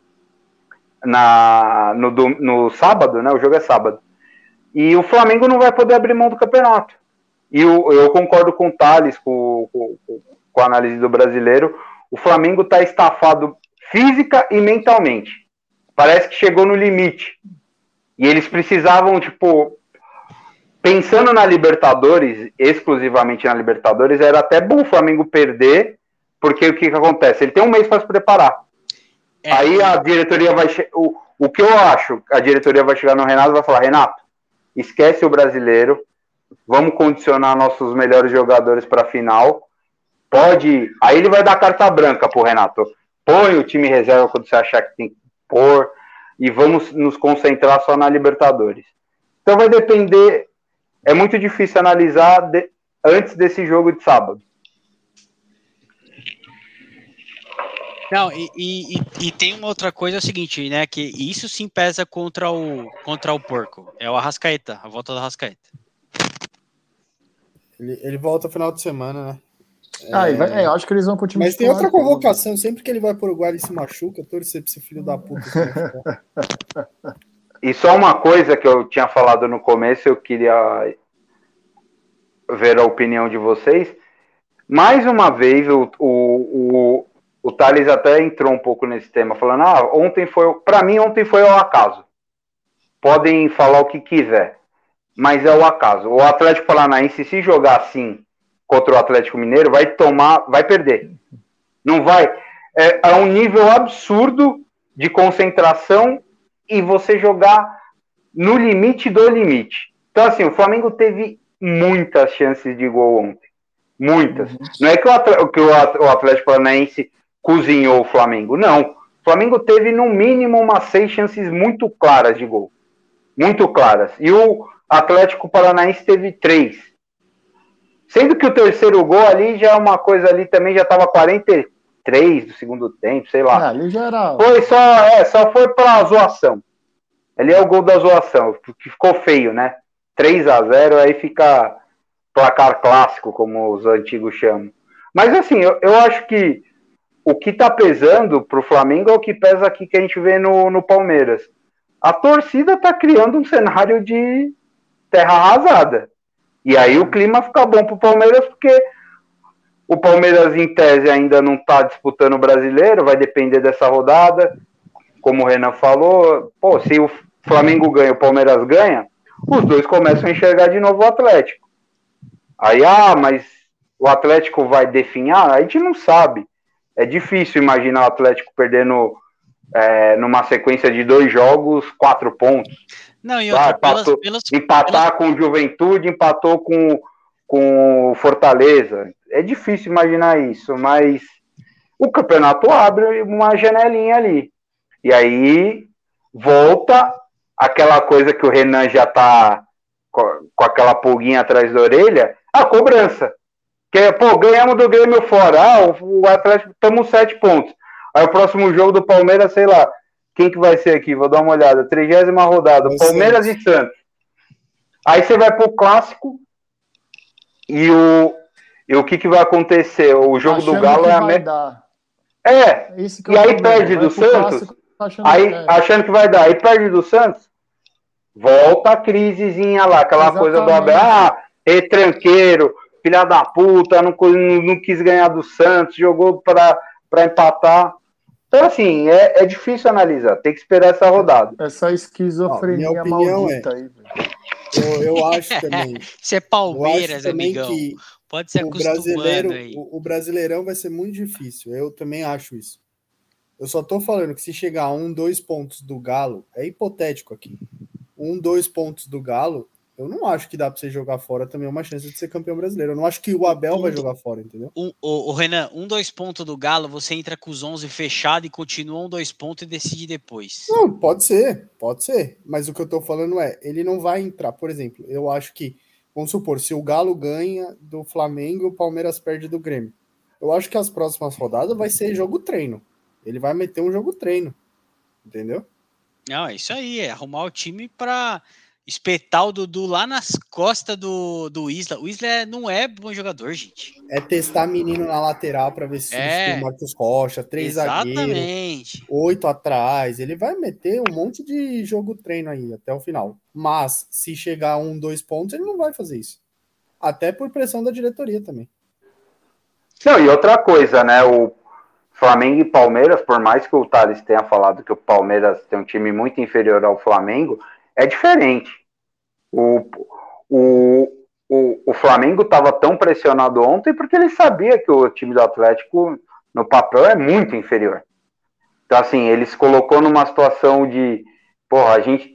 na, no, no sábado, né? O jogo é sábado. E o Flamengo não vai poder abrir mão do campeonato. E eu, eu concordo com o Thales, com, com, com a análise do brasileiro. O Flamengo está estafado física e mentalmente. Parece que chegou no limite. E eles precisavam, tipo... Pensando na Libertadores, exclusivamente na Libertadores, era até bom o Flamengo perder, porque o que, que acontece? Ele tem um mês para se preparar. É. Aí a diretoria vai... O, o que eu acho, a diretoria vai chegar no Renato e vai falar, Renato, esquece o brasileiro, vamos condicionar nossos melhores jogadores para a final, pode... Aí ele vai dar carta branca pro Renato. Põe o time reserva quando você achar que tem que pôr, e vamos nos concentrar só na Libertadores. Então vai depender... É muito difícil analisar de, antes desse jogo de sábado. Não, e, e, e tem uma outra coisa, é o seguinte, né? Que isso sim pesa contra o, contra o porco. É o Arrascaeta, a volta do Arrascaeta. Ele, ele volta no final de semana, né? Ah, é... Vai, é, eu acho que eles vão continuar. Mas tem outra convocação, sempre que ele vai pro Uruguai e se machuca, torcer pra esse filho da puta. E só uma coisa que eu tinha falado no começo, eu queria ver a opinião de vocês. Mais uma vez, o, o, o, o Thales até entrou um pouco nesse tema, falando, ah, ontem foi, para mim, ontem foi ao acaso. podem falar o que quiser, mas é o acaso. O Atlético Paranaense, se jogar assim contra o Atlético Mineiro, vai tomar, vai perder. Não vai. É, é um nível absurdo de concentração e você jogar no limite do limite. Então, assim, o Flamengo teve muitas chances de gol ontem. Muitas. Uhum. Não é que o Atlético, que o Atlético Paranaense cozinhou o Flamengo. Não. O Flamengo teve, no mínimo, umas seis chances muito claras de gol. Muito claras. E o Atlético Paranaense teve três. Sendo que o terceiro gol ali já é uma coisa ali também, já estava quarenta e três do segundo tempo, sei lá. Ah, ali já era... Foi só, é, só foi pra zoação. Ali é o gol da zoação, que ficou feio, né? três a zero, aí fica placar clássico, como os antigos chamam. Mas assim, eu, eu acho que o que tá pesando pro Flamengo é o que pesa aqui que a gente vê no, no Palmeiras. A torcida tá criando um cenário de terra arrasada. E aí o clima fica bom pro Palmeiras, porque o Palmeiras, em tese, ainda não tá disputando o Brasileiro, vai depender dessa rodada. Como o Renan falou, pô, se o Flamengo ganha e o Palmeiras ganha, os dois começam a enxergar de novo o Atlético. Aí, ah, mas o Atlético vai definhar? A gente não sabe. É difícil imaginar o Atlético perdendo é, numa sequência de dois jogos, quatro pontos. Não, e outra, ah, empatou, pelas, pelas, empatar pelas... com o Juventude, empatou com, com o Fortaleza. É difícil imaginar isso, mas o campeonato abre uma janelinha ali. E aí volta aquela coisa que o Renan já tá com, com aquela pulguinha atrás da orelha, a cobrança. Que é, pô, ganhamos do Grêmio fora. Ah, o, o Atlético, estamos sete pontos. Aí o próximo jogo do Palmeiras, sei lá, quem que vai ser aqui? Vou dar uma olhada. Trigésima rodada, Vai Palmeiras ser. e Santos. Aí você vai pro Clássico e o, e o que que vai acontecer? O jogo Achando do Galo que é a vai me... dar. É, Esse que e é o aí problema. perde Vai do pro Santos, clássico, achando aí que é. achando que vai dar, aí perde do Santos, volta a crisezinha lá, aquela Exatamente. coisa do Abel, ah, retranqueiro, filha da puta, não, não, não quis ganhar do Santos, jogou pra, pra empatar. Então, assim, é, é difícil analisar, tem que esperar essa rodada. Essa esquizofrenia Ó, minha opinião maldita aí, velho. Eu, eu acho também. Você é Eu Palmeiras, acho também amigão. que Pode se o acostumando brasileiro, aí. o, o Brasileirão vai ser muito difícil. Eu também acho isso. Eu só tô falando que se chegar a um, dois pontos do Galo, é hipotético aqui. Um, dois pontos do Galo, eu não acho que dá pra você jogar fora também uma chance de ser campeão brasileiro. Eu não acho que o Abel Um vai do- jogar fora, entendeu? Um, o, o Renan, um, dois pontos do Galo, você entra com os onze fechado e continua um, dois pontos e decide depois. Não, pode ser, pode ser. Mas o que eu tô falando é, ele não vai entrar. Por exemplo, eu acho que, vamos supor, se o Galo ganha do Flamengo e o Palmeiras perde do Grêmio. Eu acho que as próximas rodadas vai ser jogo treino. Ele vai meter um jogo treino. Entendeu? Não, é isso aí, é arrumar o time pra espetar o Dudu lá nas costas do, do Isla. O Isla não é bom jogador, gente. É testar menino na lateral para ver se É. substitui o Marcos Rocha, três zagueiros, Exatamente. oito atrás. Ele vai meter um monte de jogo treino aí até o final. Mas se chegar a um, dois pontos, ele não vai fazer isso. Até por pressão da diretoria também. Não, e outra coisa, né, o Flamengo e Palmeiras, por mais que o Thales tenha falado que o Palmeiras tem um time muito inferior ao Flamengo, é diferente. O, o, o, o Flamengo estava tão pressionado ontem porque ele sabia que o time do Atlético, no papel, é muito inferior. Então, assim, ele se colocou numa situação de, porra, a gente...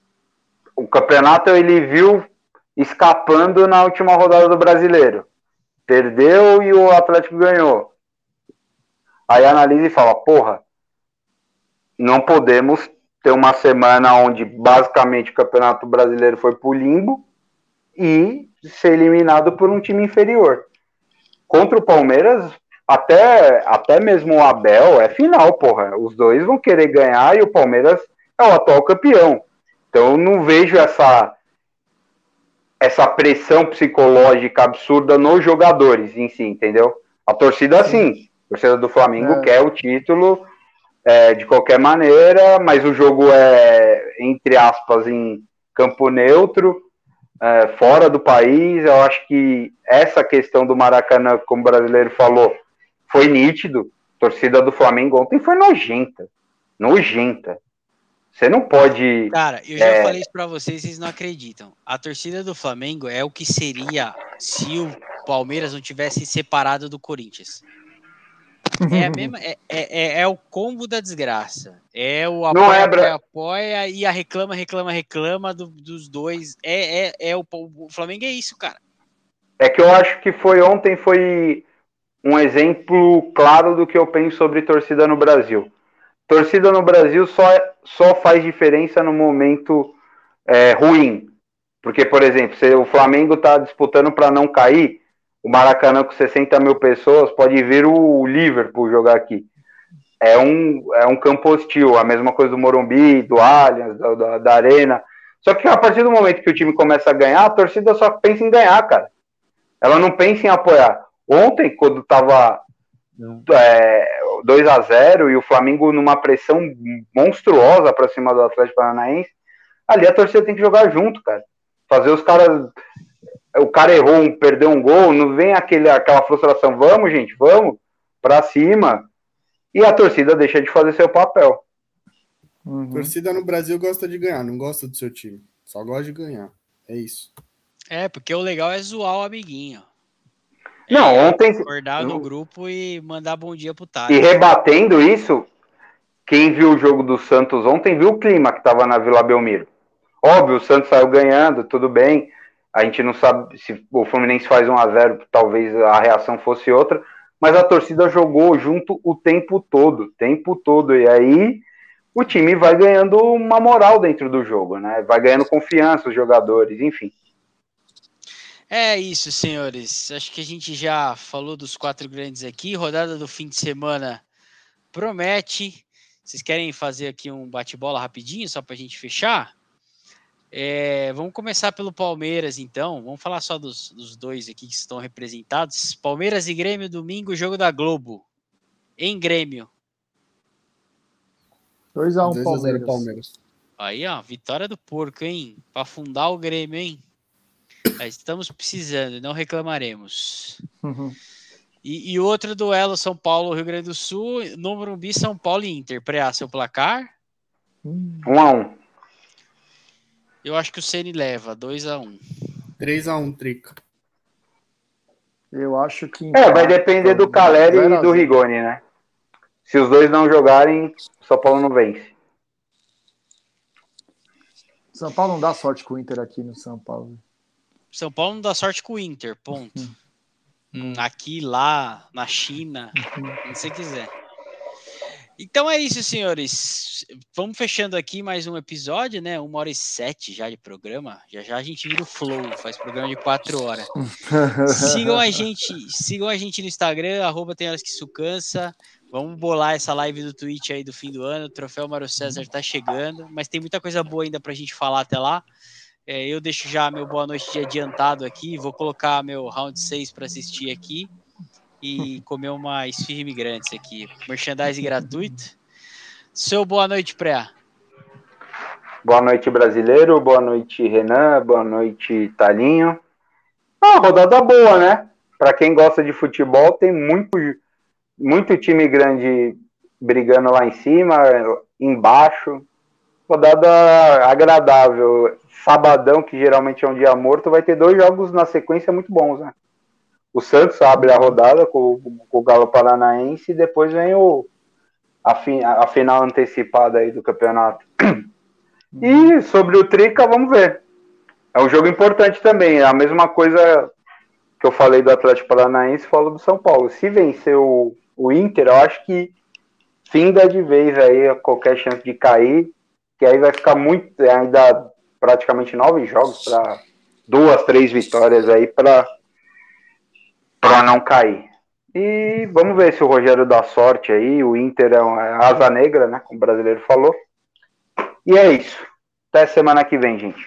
O campeonato ele viu escapando na última rodada do Brasileiro. Perdeu e o Atlético ganhou. Aí analisa e fala, porra, não podemos ter uma semana onde basicamente o Campeonato Brasileiro foi pro limbo e ser eliminado por um time inferior. Contra o Palmeiras, até, até mesmo o Abel é final, porra. Os dois vão querer ganhar e o Palmeiras é o atual campeão. Então eu não vejo essa, essa pressão psicológica absurda nos jogadores em si, entendeu? A torcida, sim. A torcida do Flamengo É. quer o título é, de qualquer maneira, mas o jogo é, entre aspas, em campo neutro, é, fora do país. Eu acho que essa questão do Maracanã, como o brasileiro falou, foi nítido. A torcida do Flamengo ontem foi nojenta. Nojenta. Você não pode... Cara, eu já é... falei isso pra vocês, vocês não acreditam. A torcida do Flamengo é o que seria se o Palmeiras não tivesse separado do Corinthians. É a mesma, é, é, é o combo da desgraça. É o Não apoia, é, apoia, Bra- apoia e a reclama, reclama, reclama do- dos dois. É, é, é o, o Flamengo é isso, cara. É que eu acho que foi ontem foi um exemplo claro do que eu penso sobre torcida no Brasil. Torcida no Brasil só, só faz diferença no momento é, ruim. Porque, por exemplo, se o Flamengo está disputando para não cair, o Maracanã com sessenta mil pessoas pode vir o Liverpool jogar aqui. É um, é um campo hostil, a mesma coisa do Morumbi, do Allianz, da, da, da Arena. Só que a partir do momento que o time começa a ganhar, a torcida só pensa em ganhar, cara. Ela não pensa em apoiar. Ontem, quando estava é, dois a zero e o Flamengo numa pressão monstruosa para cima do Atlético Paranaense, ali a torcida tem que jogar junto, cara. Fazer os caras... O cara errou, um, perdeu um gol, não vem aquele, aquela frustração. Vamos, gente, vamos para cima. E a torcida deixa de fazer seu papel. Uhum. Torcida no Brasil gosta de ganhar, não gosta do seu time. Só gosta de ganhar. É isso. É, porque o legal é zoar o amiguinho. Não, é ontem... acordar no grupo e mandar bom dia pro Thales. E rebatendo isso, quem viu o jogo do Santos ontem viu o clima que estava na Vila Belmiro. Óbvio, o Santos saiu ganhando, tudo bem. A gente não sabe se o Fluminense faz um a zero, talvez a reação fosse outra. Mas a torcida jogou junto o tempo todo, o tempo todo. E aí o time vai ganhando uma moral dentro do jogo, né? Vai ganhando confiança os jogadores, enfim. É isso, senhores. Acho que a gente já falou dos quatro grandes aqui. Rodada do fim de semana promete. Vocês querem fazer aqui um bate-bola rapidinho, só para a gente fechar? É, vamos começar pelo Palmeiras, então. Vamos falar só dos, dos dois aqui que estão representados. Palmeiras e Grêmio, domingo, jogo da Globo. Em Grêmio. dois a um Palmeiras. Palmeiras. Aí, ó, vitória do porco, hein? Para afundar o Grêmio, hein? Estamos precisando, não reclamaremos. Uhum. E, e outro duelo, São Paulo, Rio Grande do Sul, no Morumbi, São Paulo e Inter. Preá, seu placar? Um a um. Eu acho que o Ceni leva, dois a um. três a um, Trica. Eu acho que... É, vai depender do Caleri e do Rigoni, né? Se os dois não jogarem, São Paulo não vence. São Paulo não dá sorte com o Inter aqui no São Paulo. São Paulo não dá sorte com o Inter, ponto. Uhum. Hum, aqui, lá, na China, Uhum. onde você quiser. Então é isso, senhores. Vamos fechando aqui mais um episódio, né? Uma hora e sete já de programa. Já já a gente vira o flow, faz programa de quatro horas. Sigam a gente, sigam a gente no Instagram, arroba tem horas que isso cansa. Vamos bolar essa live do Twitch aí do fim do ano. O troféu Mário César tá chegando, mas tem muita coisa boa ainda pra gente falar até lá. É, eu deixo já meu boa noite de adiantado aqui. Vou colocar meu round seis para assistir aqui. E comer uma esfirra imigrantes aqui. Merchandising gratuito. Seu boa noite, Pré. Boa noite, brasileiro. Boa noite, Renan. Boa noite, Talinho. Ah, rodada boa, né? Para quem gosta de futebol, tem muito, muito time grande brigando lá em cima, embaixo. Rodada agradável. Sabadão, que geralmente é um dia morto, vai ter dois jogos na sequência muito bons, né? O Santos abre a rodada com, com o Galo Paranaense e depois vem o, a, fi, a final antecipada aí do campeonato. E sobre o Trica, vamos ver. É um jogo importante também. É a mesma coisa que eu falei do Atlético Paranaense, falo do São Paulo. Se vencer o, o Inter, eu acho que finda de vez aí qualquer chance de cair, que aí vai ficar muito, ainda praticamente nove jogos para duas, três vitórias aí para para não cair. E vamos ver se o Rogério dá sorte aí. O Inter é uma asa negra, né? Como o brasileiro falou. E é isso. Até semana que vem, gente.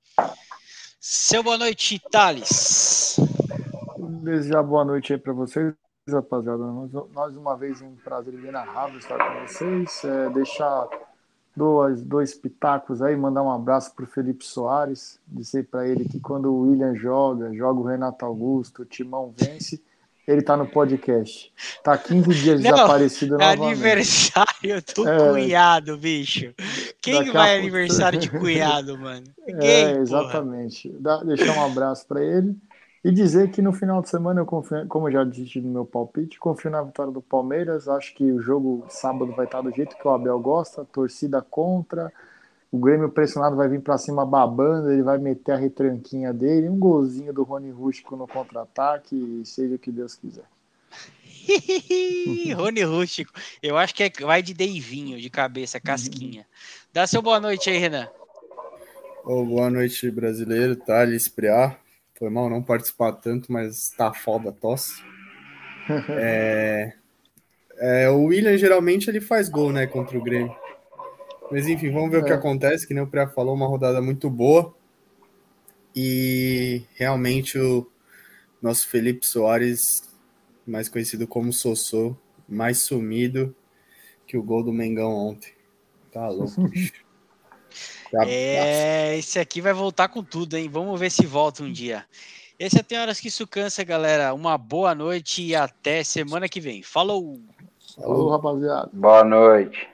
Seu boa noite, Thales. Desejar boa noite aí para vocês, rapaziada. Nós, nós, uma vez, um prazer inenarrável estar com vocês. É, deixar dois, dois pitacos aí, mandar um abraço pro Felipe Soares, dizer para ele que quando o William joga, joga o Renato Augusto, o Timão vence, ele tá no podcast. Tá quinze dias Não, desaparecido é novamente. aniversário do É. cunhado, bicho. Quem Daqui que vai a pouco- aniversário de cunhado, mano? É, Ninguém, porra. exatamente. Dá- deixar um abraço para ele e dizer que no final de semana eu confio, como eu já disse no meu palpite, confio na vitória do Palmeiras. Acho que o jogo sábado vai estar do jeito que o Abel gosta, torcida contra. O Grêmio pressionado vai vir para cima babando, ele vai meter a retranquinha dele, um golzinho do Rony Rústico no contra-ataque, e seja o que Deus quiser. Rony Rústico. Eu acho que é, vai de Deivinho, de cabeça, casquinha. Dá seu boa noite aí, Renan. Ô, boa noite, brasileiro, Thales, Preá. Foi mal não participar tanto, mas tá foda a tosse. É, é, o William, geralmente, ele faz gol, né, contra o Grêmio. Mas, enfim, vamos ver o que É. acontece, que nem o Preá falou, uma rodada muito boa. E, realmente, o nosso Felipe Soares, mais conhecido como Sossô, mais sumido que o gol do Mengão ontem. Tá louco, bicho. É, esse aqui vai voltar com tudo, hein? Vamos ver se volta um dia. Esse é Tem Horas que Isso Cansa, galera. Uma boa noite e até semana que vem. Falou! Falou, rapaziada. Boa noite.